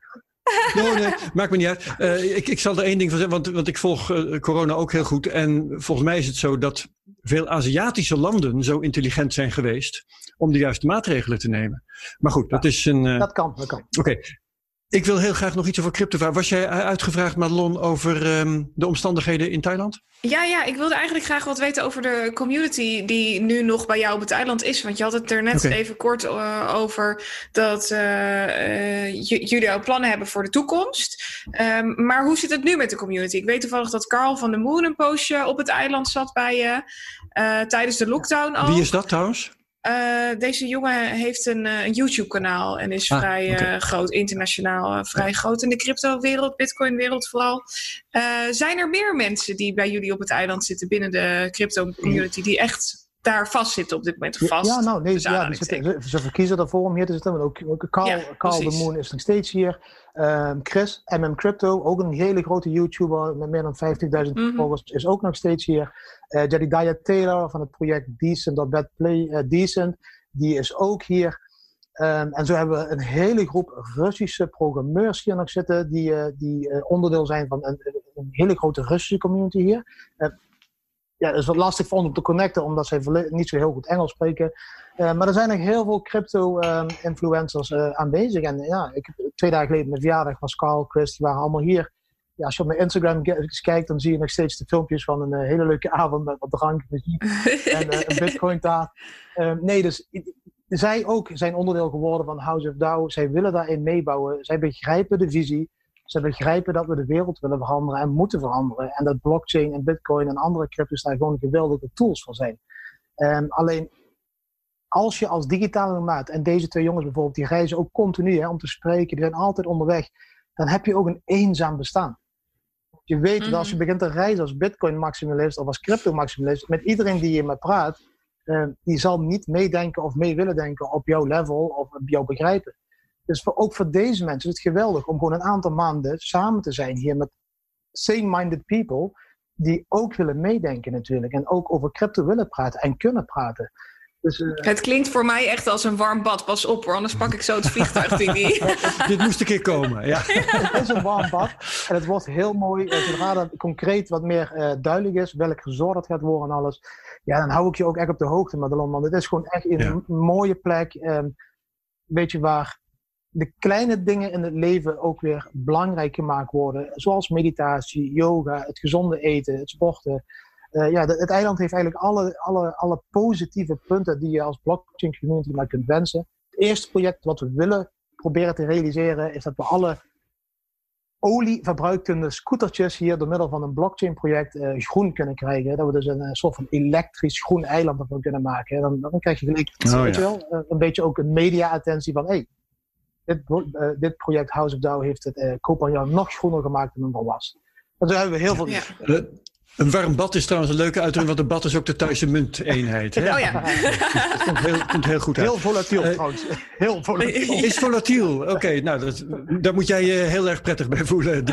Nee, nee, maakt me niet uit. Uh, ik, ik zal er één ding van zeggen, want, want ik volg uh, corona ook heel goed. En volgens mij is het zo dat veel Aziatische landen zo intelligent zijn geweest om de juiste maatregelen te nemen. Maar goed, dat ja, is een... Uh... Dat kan, dat kan. Oké. Okay. Ik wil heel graag nog iets over crypto vragen. Was jij uitgevraagd, Madelon, over um, de omstandigheden in Thailand? Ja, ja, ik wilde eigenlijk graag wat weten over de community die nu nog bij jou op het eiland is. Want je had het er net okay. even kort uh, over dat uh, uh, j- jullie al plannen hebben voor de toekomst. Um, maar hoe zit het nu met de community? Ik weet toevallig dat Carl van der Moon een poosje op het eiland zat bij je uh, tijdens de lockdown al. Wie is dat trouwens? Uh, deze jongen heeft een, uh, een YouTube-kanaal en is ah, vrij okay. uh, groot, internationaal uh, vrij groot in de crypto-wereld, bitcoin-wereld vooral. Uh, zijn er meer mensen die bij jullie op het eiland zitten binnen de crypto-community die echt daar vastzitten op dit moment? Vast, ja, nou nee, ja, ze, zitten, ze verkiezen ervoor om hier te zitten. Ook, ook Carl, ja, Carl de Moon is nog steeds hier. Um, Chris, M M Crypto, ook een hele grote YouTuber met meer dan vijftigduizend mm-hmm. volgers, is ook nog steeds hier. Uh, Jedediah Taylor van het project Decent.Betplay, uh, Decent, die is ook hier. Um, en zo hebben we een hele groep Russische programmeurs hier nog zitten, die, uh, die uh, onderdeel zijn van een, een hele grote Russische community hier. Uh, ja, het is wat lastig voor ons om te connecten, omdat zij niet zo heel goed Engels spreken. Uh, maar er zijn nog heel veel crypto-influencers um, uh, aanwezig. En ja, ik, twee dagen geleden mijn verjaardag was Carl, Chris, die waren allemaal hier. Ja, als je op mijn Instagram kijkt, dan zie je nog steeds de filmpjes van een uh, hele leuke avond met wat drank, muziek en uh, een bitcoin taart. Uh, nee, dus zij ook zijn onderdeel geworden van House of DAO. Zij willen daarin meebouwen. Zij begrijpen de visie. Zij begrijpen dat we de wereld willen veranderen en moeten veranderen. En dat blockchain en bitcoin en andere crypto's daar gewoon geweldige tools voor zijn. Um, alleen, als je als digitale nomaat, en deze twee jongens bijvoorbeeld, die reizen ook continu hè, om te spreken, die zijn altijd onderweg, dan heb je ook een eenzaam bestaan. Je weet mm-hmm. dat als je begint te reizen als bitcoin-maximalist of als crypto-maximalist, met iedereen die je maar praat, uh, die zal niet meedenken of mee willen denken op jouw level of op jouw begrijpen. Dus voor, ook voor deze mensen is het geweldig om gewoon een aantal maanden samen te zijn hier met same-minded people die ook willen meedenken natuurlijk en ook over crypto willen praten en kunnen praten. Dus, uh... Het klinkt voor mij echt als een warm bad. Pas op hoor, anders pak ik zo het vliegtuig. Dit moest een keer komen, ja. Het is een warm bad en het wordt heel mooi. Zodra dat concreet wat meer uh, duidelijk is, welk resort het gaat worden en alles. Ja, dan hou ik je ook echt op de hoogte, Madelon. Want het is gewoon echt een ja. mooie plek. Um, weet je, waar de kleine dingen in het leven ook weer belangrijk gemaakt worden. Zoals meditatie, yoga, het gezonde eten, het sporten. Uh, ja, de, het eiland heeft eigenlijk alle, alle, alle positieve punten die je als blockchain community maar kunt wensen. Het eerste project wat we willen proberen te realiseren is dat we alle olieverbruikende scootertjes hier door middel van een blockchain project uh, groen kunnen krijgen. Dat we dus een, een soort van elektrisch groen eiland ervan kunnen maken. Dan, dan krijg je gelijk oh, weet ja. je wel, uh, een beetje ook een media-attentie van hey, dit, uh, dit project House of D A O heeft het uh, Koh nog groener gemaakt dan het al was. En zo hebben we heel veel... Ja. Uh, Een warm bad is trouwens een leuke uitdrukking, want een bad is ook de Thaise munteenheid. Hè? Oh ja. Dat komt heel, komt heel goed uit. Heel volatiel uh, trouwens. Heel volatiel. Is volatiel, oké. Okay, nou, dat, daar moet jij je heel erg prettig bij voelen.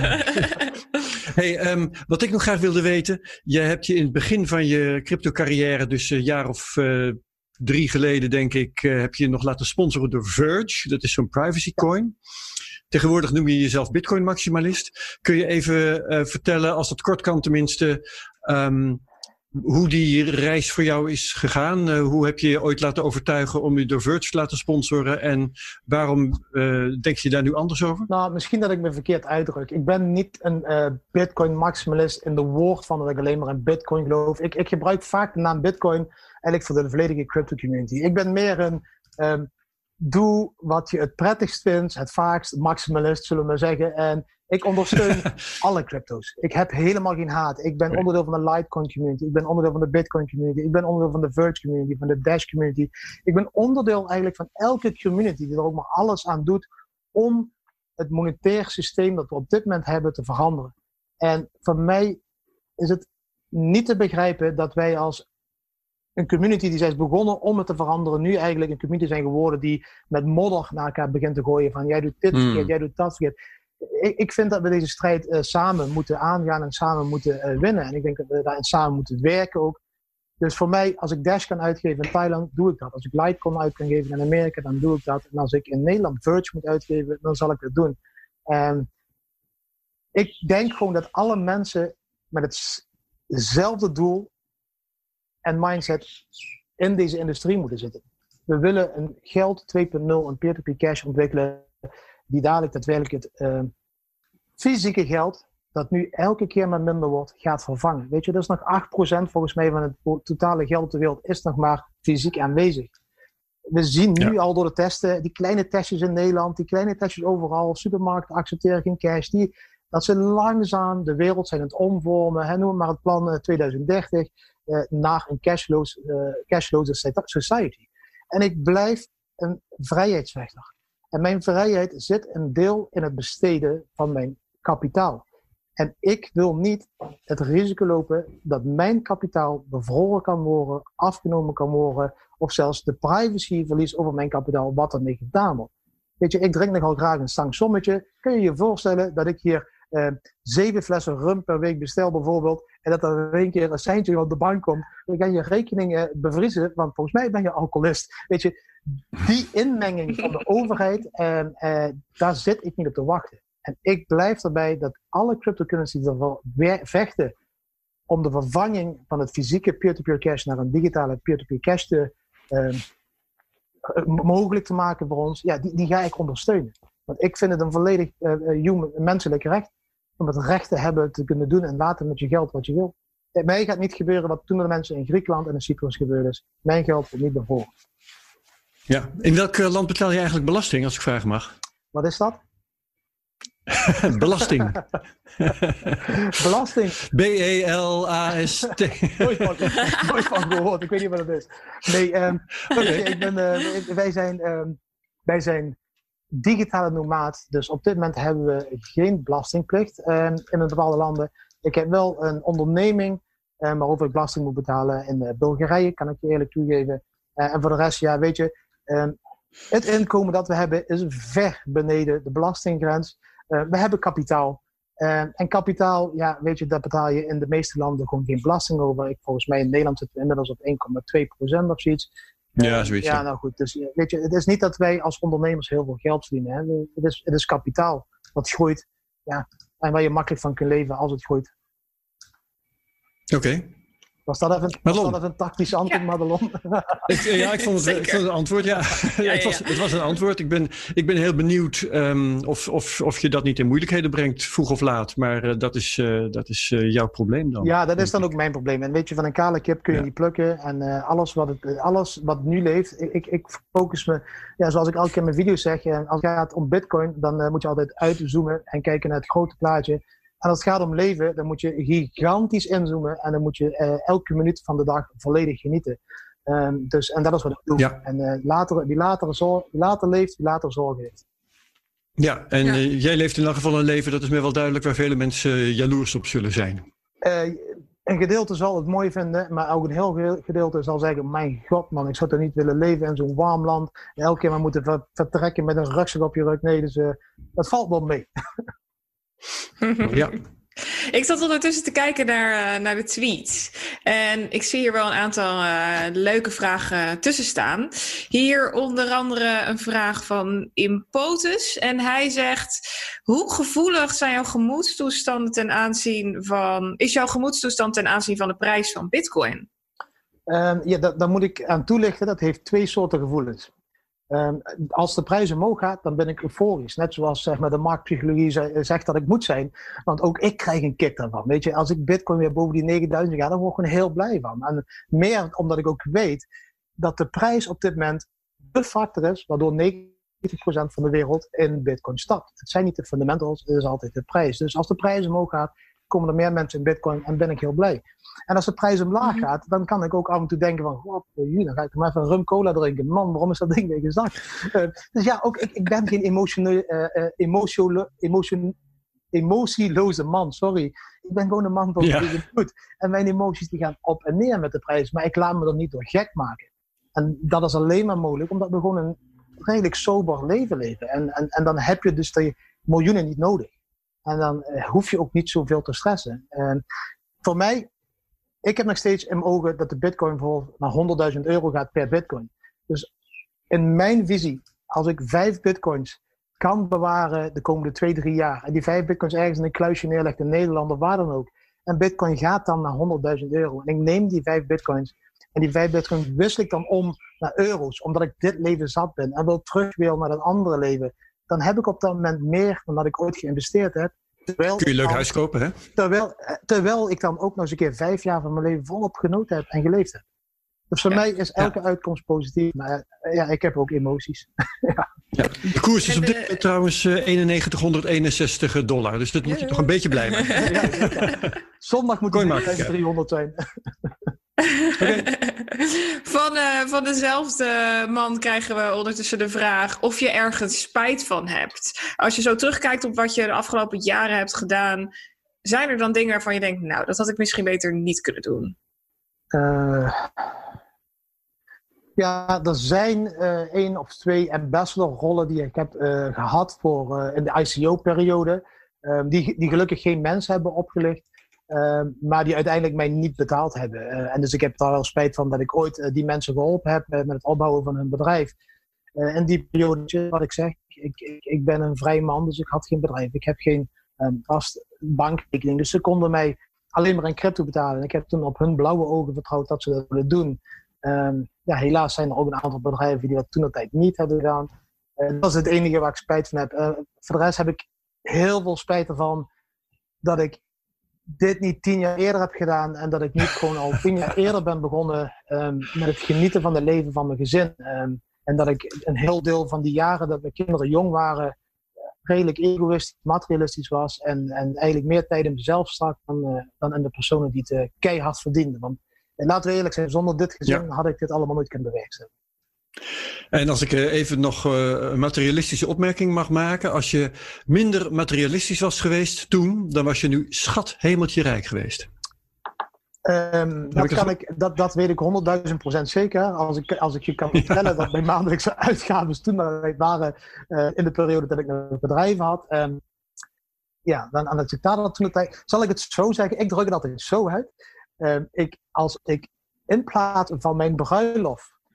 Hey, um, wat ik nog graag wilde weten. Je hebt je in het begin van je crypto carrière, dus een jaar of uh, drie geleden denk ik, uh, heb je nog laten sponsoren door Verge. Dat is zo'n privacy coin. Tegenwoordig noem je jezelf Bitcoin maximalist. Kun je even uh, vertellen, als dat kort kan tenminste, um, hoe die reis voor jou is gegaan? Uh, hoe heb je je ooit laten overtuigen om je door Verge te laten sponsoren? En waarom uh, denk je daar nu anders over? Nou, misschien dat ik me verkeerd uitdruk. Ik ben niet een uh, Bitcoin maximalist in de woord van dat ik alleen maar in Bitcoin geloof. Ik, ik gebruik vaak de naam Bitcoin eigenlijk voor de volledige crypto community. Ik ben meer een... Um, Doe wat je het prettigst vindt, het vaakst, maximalist zullen we maar zeggen. En ik ondersteun alle crypto's. Ik heb helemaal geen haat. Ik ben onderdeel van de Litecoin community. Ik ben onderdeel van de Bitcoin community. Ik ben onderdeel van de Verge community, van de Dash community. Ik ben onderdeel eigenlijk van elke community die er ook maar alles aan doet om het monetair systeem dat we op dit moment hebben te veranderen. En voor mij is het niet te begrijpen dat wij als een community die zijn begonnen om het te veranderen, nu eigenlijk een community zijn geworden die met modder naar elkaar begint te gooien van jij doet dit verkeerd, mm. jij doet dat verkeerd. Ik, ik vind dat we deze strijd uh, samen moeten aangaan en samen moeten uh, winnen. En ik denk dat we daarin samen moeten werken ook. Dus voor mij, als ik Dash kan uitgeven in Thailand, doe ik dat. Als ik Litecoin uit kan geven in Amerika, dan doe ik dat. En als ik in Nederland Verge moet uitgeven, dan zal ik dat doen. En ik denk gewoon dat alle mensen met hetzelfde doel en mindset in deze industrie moeten zitten. We willen een geld twee punt nul, een peer-to-peer cash ontwikkelen, die dadelijk daadwerkelijk het uh, fysieke geld, dat nu elke keer maar minder wordt, gaat vervangen. Weet je, dat is nog acht procent volgens mij van het totale geld op de wereld, is nog maar fysiek aanwezig. We zien nu ja. al door de testen, die kleine testjes in Nederland, die kleine testjes overal, supermarkten accepteren geen cash, die, dat ze langzaam de wereld zijn aan het omvormen, hè, noem maar het plan uh, twintig dertig, uh, naar een cashloos, uh, cashloze society. En ik blijf een vrijheidsvechter. En mijn vrijheid zit een deel in het besteden van mijn kapitaal. En ik wil niet het risico lopen dat mijn kapitaal bevroren kan worden, afgenomen kan worden, of zelfs de privacy verlies over mijn kapitaal, wat ermee gedaan wordt. Weet je, ik drink nogal graag een stang sommetje. Kun je je voorstellen dat ik hier uh, zeven flessen rum per week bestel bijvoorbeeld, en dat er in één keer een seintje op de bank komt, dan kan je rekening uh, bevriezen, want volgens mij ben je alcoholist. Weet je, die inmenging van de overheid, uh, uh, daar zit ik niet op te wachten. En ik blijf erbij dat alle cryptocurrencies ervoor vechten om de vervanging van het fysieke peer-to-peer cash naar een digitale peer-to-peer cash te, uh, mogelijk te maken voor ons. Ja, die, die ga ik ondersteunen. Want ik vind het een volledig uh, human, menselijk recht om het recht te hebben te kunnen doen en laten met je geld wat je wil. Mij gaat niet gebeuren wat toen de mensen in Griekenland en in Cyprus gebeurd is. Mijn geld wordt niet bevolen. Ja, in welk land betaal je eigenlijk belasting, als ik vragen mag? Wat is dat? Belasting. Belasting. B E L A S T. Nooit van, nooit van gehoord, ik weet niet wat het is. Nee, um, okay. ik ben, uh, wij, zijn, um, wij zijn digitale nomaad, dus op dit moment hebben we geen belastingplicht um, in bepaalde landen. Ik heb wel een onderneming um, waarover ik belasting moet betalen in uh, Bulgarije, kan ik je eerlijk toegeven. Uh, en voor de rest, ja, weet je, um, het inkomen dat we hebben is ver beneden de belastinggrens. Uh, we hebben kapitaal. Uh, en kapitaal, ja, weet je, daar betaal je in de meeste landen gewoon geen belasting over. Ik, volgens mij in Nederland zitten we inmiddels op één komma twee procent of zoiets. Ja, zoiets. Ja, Ja. nou goed. Dus weet je, het is niet dat wij als ondernemers heel veel geld verdienen. Hè. Het, is, het is kapitaal dat groeit. Ja, en waar je makkelijk van kunt leven als het groeit. Oké. Okay. Was dat even, was dat even een tactisch antwoord, ja. Madelon? Ik, ja, ik vond het, ik vond het een antwoord. Ja. Ja, ja, ja. Het, was, het was een antwoord. Ik ben, ik ben heel benieuwd um, of, of, of je dat niet in moeilijkheden brengt, vroeg of laat. Maar uh, dat is, uh, dat is uh, jouw probleem dan. Ja, dat is dan ook mijn probleem. En weet je, van een kale kip kun je ja. niet plukken. En uh, alles, wat het, alles wat nu leeft, ik, ik focus me, ja, zoals ik elke keer in mijn video's zeg, als het gaat om Bitcoin, dan uh, moet je altijd uitzoomen en kijken naar het grote plaatje. En als het gaat om leven, dan moet je gigantisch inzoomen en dan moet je uh, elke minuut van de dag volledig genieten. Um, dus, en dat is wat ik doe. Ja. En uh, later, wie, later zorg, wie later leeft, wie later zorgen heeft. Ja, en ja. Uh, jij leeft in elk geval een leven, dat is mij wel duidelijk, waar vele mensen uh, jaloers op zullen zijn. Uh, een gedeelte zal het mooi vinden, maar ook een heel gedeelte zal zeggen, mijn god man, ik zou toch niet willen leven in zo'n warm land. En elke keer maar moeten ver- vertrekken met een rugzak op je rug. Nee, dus uh, dat valt wel mee. Ja. Ik zat ondertussen te kijken naar, uh, naar de tweets. En ik zie hier wel een aantal uh, leuke vragen tussen staan. Hier onder andere een vraag van Impotus. En hij zegt, hoe gevoelig zijn jouw gemoedstoestanden ten aanzien van... is jouw gemoedstoestand ten aanzien van de prijs van Bitcoin? Um, ja, dat, daar moet ik aan toelichten. Dat heeft twee soorten gevoelens. Um, als de prijs omhoog gaat, dan ben ik euforisch. Net zoals zeg maar, de marktpsychologie zegt dat ik moet zijn. Want ook ik krijg een kick daarvan. Weet je, als ik Bitcoin weer boven die negenduizend ga, dan word ik gewoon heel blij van. En meer omdat ik ook weet dat de prijs op dit moment de factor is waardoor negentig procent van de wereld in Bitcoin stapt. Het zijn niet de fundamentals, het is altijd de prijs. Dus als de prijs omhoog gaat, komen er meer mensen in Bitcoin en ben ik heel blij. En als de prijs omlaag gaat, dan kan ik ook af en toe denken van, god, dan ga ik maar even rum cola drinken. Man, waarom is dat ding weer gezakt? Uh, dus ja, ook ik, ik ben geen emotionele, uh, uh, emotiolo, emotion, emotieloze man, sorry. Ik ben gewoon een man van ja. het bloed. En mijn emoties die gaan op en neer met de prijs, maar ik laat me er niet door gek maken. En dat is alleen maar mogelijk, omdat we gewoon een redelijk sober leven leven. En, en, en dan heb je dus de miljoenen niet nodig. En dan uh, hoef je ook niet zoveel te stressen. En voor mij, ik heb nog steeds in mijn ogen dat de bitcoin bijvoorbeeld naar honderdduizend euro gaat per bitcoin. Dus in mijn visie, als ik vijf bitcoins kan bewaren de komende twee, drie jaar. En die vijf bitcoins ergens in een kluisje neerlegt in Nederland of waar dan ook. En bitcoin gaat dan naar honderdduizend euro. En ik neem die vijf bitcoins. En die vijf bitcoins wissel ik dan om naar euro's. Omdat ik dit leven zat ben. En wil terug wil naar een andere leven. Dan heb ik op dat moment meer dan dat ik ooit geïnvesteerd heb. Terwijl Kun je een leuk dan, huis kopen, hè? Terwijl, terwijl ik dan ook nog eens een keer vijf jaar van mijn leven volop genoten heb en geleefd heb. Dus voor ja. mij is elke ja. uitkomst positief. Maar ja, ik heb ook emoties. ja. Ja. De koers is op dit moment trouwens uh, eenennegentighonderdeenenzestig dollar. Dus dat moet je ja. toch een beetje blij maken. Ja, ja. Zondag moet het driehonderd zijn. Okay. Van, uh, van dezelfde man krijgen we ondertussen de vraag of je ergens spijt van hebt. Als je zo terugkijkt op wat je de afgelopen jaren hebt gedaan, zijn er dan dingen waarvan je denkt, nou, dat had ik misschien beter niet kunnen doen? Uh, ja, er zijn uh, één of twee ambassadorrollen die ik heb uh, gehad voor, uh, in de I C O-periode. Uh, die, die gelukkig geen mensen hebben opgelicht. Uh, maar die uiteindelijk mij niet betaald hebben. Uh, en dus ik heb daar wel spijt van dat ik ooit uh, die mensen geholpen heb uh, met het opbouwen van hun bedrijf. Uh, in die periode, wat ik zeg, ik, ik, ik ben een vrij man, dus ik had geen bedrijf. Ik heb geen um, vast bankrekening. Dus ze konden mij alleen maar in crypto betalen. En ik heb toen op hun blauwe ogen vertrouwd dat ze dat willen doen. Um, ja, helaas zijn er ook een aantal bedrijven die dat toen de tijd niet hebben gedaan. Uh, dat is het enige waar ik spijt van heb. Uh, voor de rest heb ik heel veel spijt ervan dat ik dit niet tien jaar eerder heb gedaan en dat ik niet gewoon al tien jaar eerder ben begonnen um, met het genieten van het leven van mijn gezin. Um, en dat ik een heel deel van die jaren dat mijn kinderen jong waren, redelijk egoïstisch, materialistisch was en, en eigenlijk meer tijd in mezelf stak dan, uh, dan in de personen die het uh, keihard verdienden. Want uh, laten we eerlijk zijn, zonder dit gezin ja. had ik dit allemaal nooit kunnen bewerkstelligen. En als ik even nog een materialistische opmerking mag maken. Als je minder materialistisch was geweest toen, dan was je nu schat hemeltje rijk geweest. Um, dat, kan ik, dat, dat weet ik honderdduizend procent zeker. Als ik, als ik je kan vertellen ja. dat mijn maandelijkse uitgaven toen waren uh, in de periode dat ik een bedrijf had. Um, ja, dan aan het citaat toen de tijd. Zal ik het zo zeggen? Ik druk het altijd zo uit. Um, ik, als ik in plaats van mijn bruiloft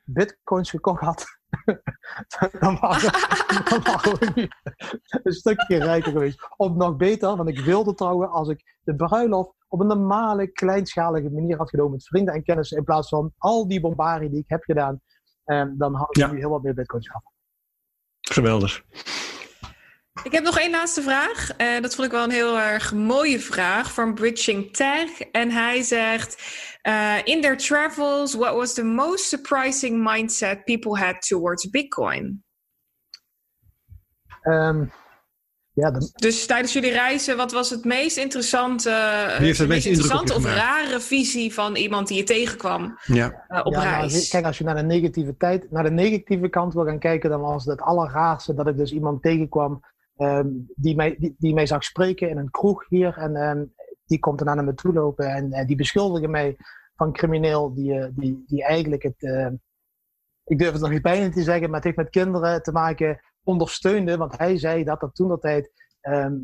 bitcoins gekocht had, dan waren, dan waren we nu een stukje rijker geweest. Of nog beter, want ik wilde trouwen als ik de bruiloft op een normale, kleinschalige manier had genomen met vrienden en kennissen, in plaats van al die bombarie die ik heb gedaan, eh, dan hadden we ja. nu heel wat meer bitcoins gehad. Geweldig. Ik heb nog één laatste vraag. Uh, dat vond ik wel een heel erg mooie vraag van Bridging Tech. En hij zegt, uh, in their travels, what was the most surprising mindset people had towards Bitcoin? Um, ja, de... Dus tijdens jullie reizen, wat was het meest interessante, Wie heeft het meest interessante of rare visie van iemand die je tegenkwam ja. uh, op ja, reis? Nou, kijk, als je naar de negatieve tijd, naar de negatieve kant wil gaan kijken, dan was het allerraarste dat ik dus iemand tegenkwam Um, die, mij, die, die mij zag spreken in een kroeg hier. En um, die komt daarna naar me toe lopen. En uh, die beschuldigde mij van crimineel. Die, uh, die, die eigenlijk het... Uh, ik durf het nog niet bijna te zeggen. Maar het heeft met kinderen te maken ondersteunde. Want hij zei dat er toen de tijd... Um,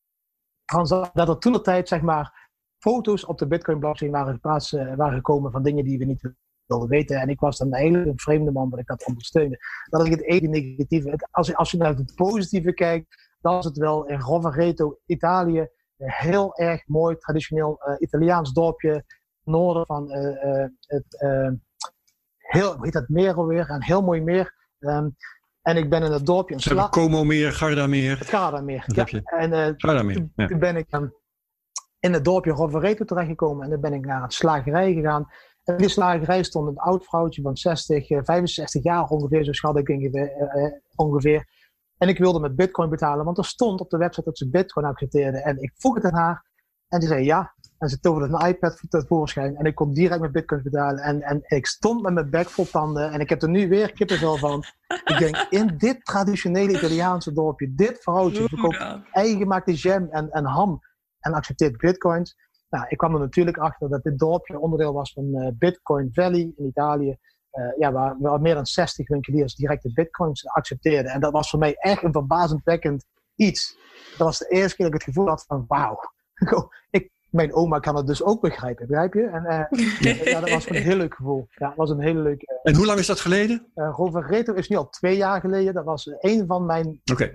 dat er toen de tijd, zeg maar... foto's op de Bitcoin blockchain waren, geplaatst, uh, waren gekomen van dingen die we niet wilden weten. En ik was dan eigenlijk een vreemde man dat ik dat ondersteunde. Dat is het enige negatieve. Als je, als je naar het positieve kijkt, dan is het wel in Rovereto, Italië, een heel erg mooi traditioneel uh, Italiaans dorpje, noorden van uh, uh, het, uh, heel, hoe heet dat meer alweer? Een heel mooi meer. Um, en ik ben in het dorpje... Ze hebben Como-meer, Gardameer. Het Gardameer, ja. Heb je. En uh, Gardameer, toen, ja. toen ben ik um, in het dorpje Rovereto terechtgekomen en dan ben ik naar een slagerij gegaan. En in die slagerij stond een oud vrouwtje van zestig, vijfenzestig jaar ongeveer, zo schat ik ongeveer, uh, ongeveer. En ik wilde met bitcoin betalen, want er stond op de website dat ze bitcoin accepteerden. En ik vroeg het aan haar en die zei ja. En ze toverde een iPad tevoorschijn en ik kon direct met bitcoin betalen. En, en ik stond met mijn bek vol tanden en ik heb er nu weer kippenvel van. Ik denk, in dit traditionele Italiaanse dorpje, dit vrouwtje verkoopt eigengemaakte jam en, en ham en accepteert bitcoins. Nou, ik kwam er natuurlijk achter dat dit dorpje onderdeel was van uh, Bitcoin Valley in Italië. Uh, ja, waar, waar meer dan zestig winkeliers direct de bitcoins accepteerden. En dat was voor mij echt een verbazendwekkend iets. Dat was de eerste keer dat ik het gevoel had van wauw. ik, mijn oma kan het dus ook begrijpen, begrijp je? En uh, ja, dat was een heel leuk gevoel. Ja, dat was een hele leuk, uh, en hoe lang is dat geleden? Uh, Rovereto is nu al twee jaar geleden. Dat was uh, een van mijn okay.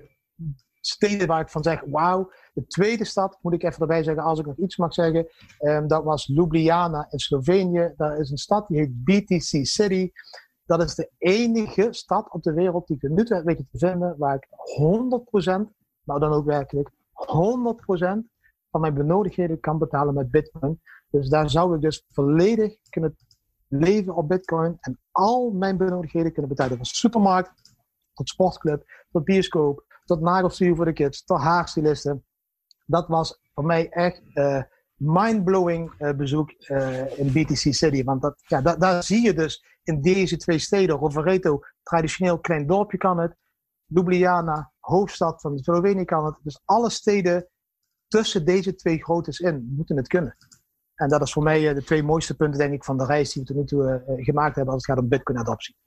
steden waar ik van zeg wauw. De tweede stad, moet ik even erbij zeggen, als ik nog iets mag zeggen, um, dat was Ljubljana in Slovenië. Dat is een stad die heet B T C City. Dat is de enige stad op de wereld die ik nu toe weet te vinden, waar ik honderd procent, nou dan ook werkelijk, honderd procent van mijn benodigdheden kan betalen met bitcoin. Dus daar zou ik dus volledig kunnen leven op bitcoin en al mijn benodigdheden kunnen betalen. Van supermarkt, tot sportclub, tot bioscoop, tot nagelstuur voor de kids, tot haarstylisten. Dat was voor mij echt uh, mind-blowing uh, bezoek uh, in B T C City. Want dat, ja, da- daar zie je dus in deze twee steden. Rovereto, traditioneel klein dorpje kan het. Ljubljana, hoofdstad van Slovenië kan het. Dus alle steden tussen deze twee groottes in moeten het kunnen. En dat is voor mij uh, de twee mooiste punten denk ik van de reis die we tot nu toe uh, gemaakt hebben als het gaat om bitcoin adoptie.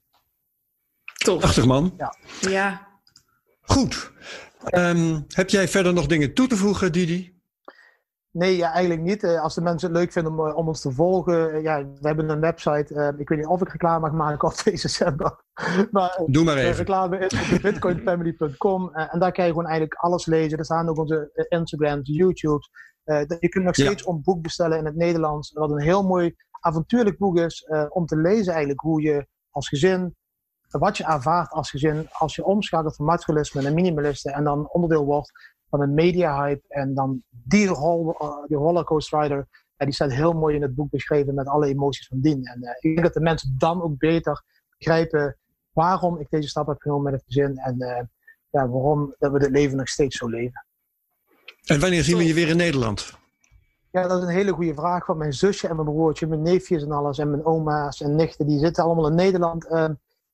Tof. Prachtig man. Ja. ja. Goed. Um, heb jij verder nog dingen toe te voegen, Didi? Nee, ja, eigenlijk niet. Uh, als de mensen het leuk vinden om, om ons te volgen. Uh, ja, we hebben een website. Uh, ik weet niet of ik reclame mag maken op twee december. maar, Doe maar even. De reclame is op bitcoin family punt com. Uh, en daar kan je gewoon eigenlijk alles lezen. Er staan ook onze uh, Instagrams, YouTube's. Uh, je kunt nog steeds ja. een boek bestellen in het Nederlands. Wat een heel mooi avontuurlijk boek is. Uh, om te lezen eigenlijk hoe je als gezin... wat je ervaart als gezin als je omschakelt van materialisme naar minimalisten en dan onderdeel wordt van een media hype en dan die, rol, uh, die rollercoaster rider, uh, die staat heel mooi in het boek beschreven met alle emoties van dien. En uh, ik denk dat de mensen dan ook beter begrijpen waarom ik deze stap heb genomen met het gezin en uh, ja, waarom dat we het leven nog steeds zo leven. En wanneer zien we je weer in Nederland? Ja, dat is een hele goede vraag. Want mijn zusje en mijn broertje, mijn neefjes en alles en mijn oma's en nichten, die zitten allemaal in Nederland. Uh,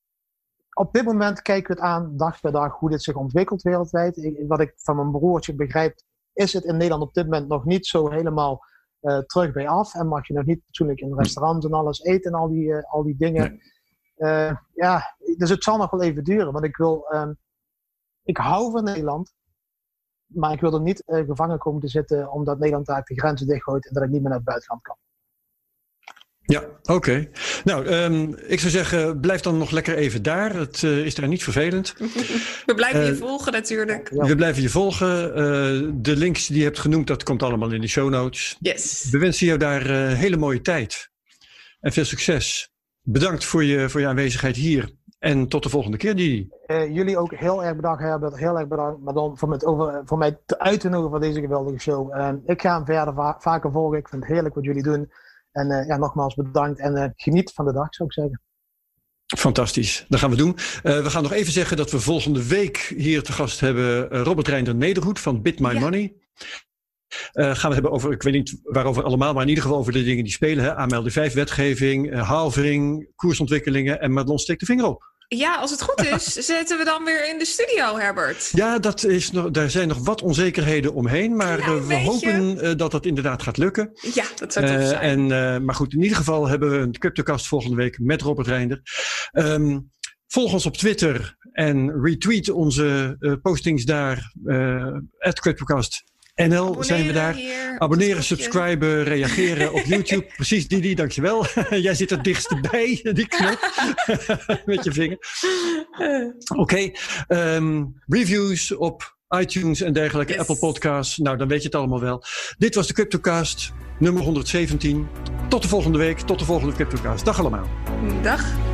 Op dit moment kijken we het aan, dag per dag, hoe dit zich ontwikkelt wereldwijd. Ik, wat ik van mijn broertje begrijp, is het in Nederland op dit moment nog niet zo helemaal uh, terug bij af. En mag je nog niet fatsoenlijk in restaurants en alles eten en al die, uh, al die dingen. Nee. Uh, ja, dus het zal nog wel even duren. Want ik wil, um, ik hou van Nederland. Maar ik wil er niet uh, gevangen komen te zitten omdat Nederland daar de grenzen dichtgooit en dat ik niet meer naar het buitenland kan. Ja, oké. Okay. Nou, um, ik zou zeggen, blijf dan nog lekker even daar. Het uh, is daar niet vervelend. We blijven uh, je volgen natuurlijk. Ja. We blijven je volgen. Uh, de links die je hebt genoemd, dat komt allemaal in de show notes. Yes. We wensen jou daar uh, hele mooie tijd. En veel succes. Bedankt voor je, voor je aanwezigheid hier. En tot de volgende keer, Didi. Uh, jullie ook heel erg bedankt, Herbert. Heel erg bedankt, Madon, voor, met over, voor mij te uit te nodigen voor deze geweldige show. Uh, ik ga hem verder va- vaker volgen. Ik vind het heerlijk wat jullie doen. En uh, ja, nogmaals bedankt. En uh, geniet van de dag, zou ik zeggen. Fantastisch, dat gaan we doen. Uh, we gaan nog even zeggen dat we volgende week hier te gast hebben uh, Robert Reinder Nederhoed van Bit My ja. Money. Uh, gaan we hebben over, ik weet niet waarover allemaal, maar in ieder geval over de dingen die spelen. Hè? A M L D vijf wetgeving, uh, halvering, koersontwikkelingen en Madelon steekt de vinger op. Ja, als het goed is, zitten we dan weer in de studio, Herbert. Ja, dat is nog, daar zijn nog wat onzekerheden omheen, maar ja, uh, we hopen uh, dat dat inderdaad gaat lukken. Ja, dat zou tof zijn. Uh, en, uh, maar goed, in ieder geval hebben we een CryptoCast volgende week met Robert Reinder. Um, volg ons op Twitter en retweet onze uh, postings daar, uh, at CryptoCast. N L Abonneren zijn we daar. Hier, Abonneren, subscriben, reageren op YouTube. Precies, Didi, dankjewel. Jij zit er dichtst bij, die knop. Met je vinger. Oké. Okay. Um, reviews op iTunes en dergelijke, yes. Apple Podcasts. Nou, dan weet je het allemaal wel. Dit was de CryptoCast, nummer honderdzeventien. Tot de volgende week, tot de volgende CryptoCast. Dag allemaal. Dag.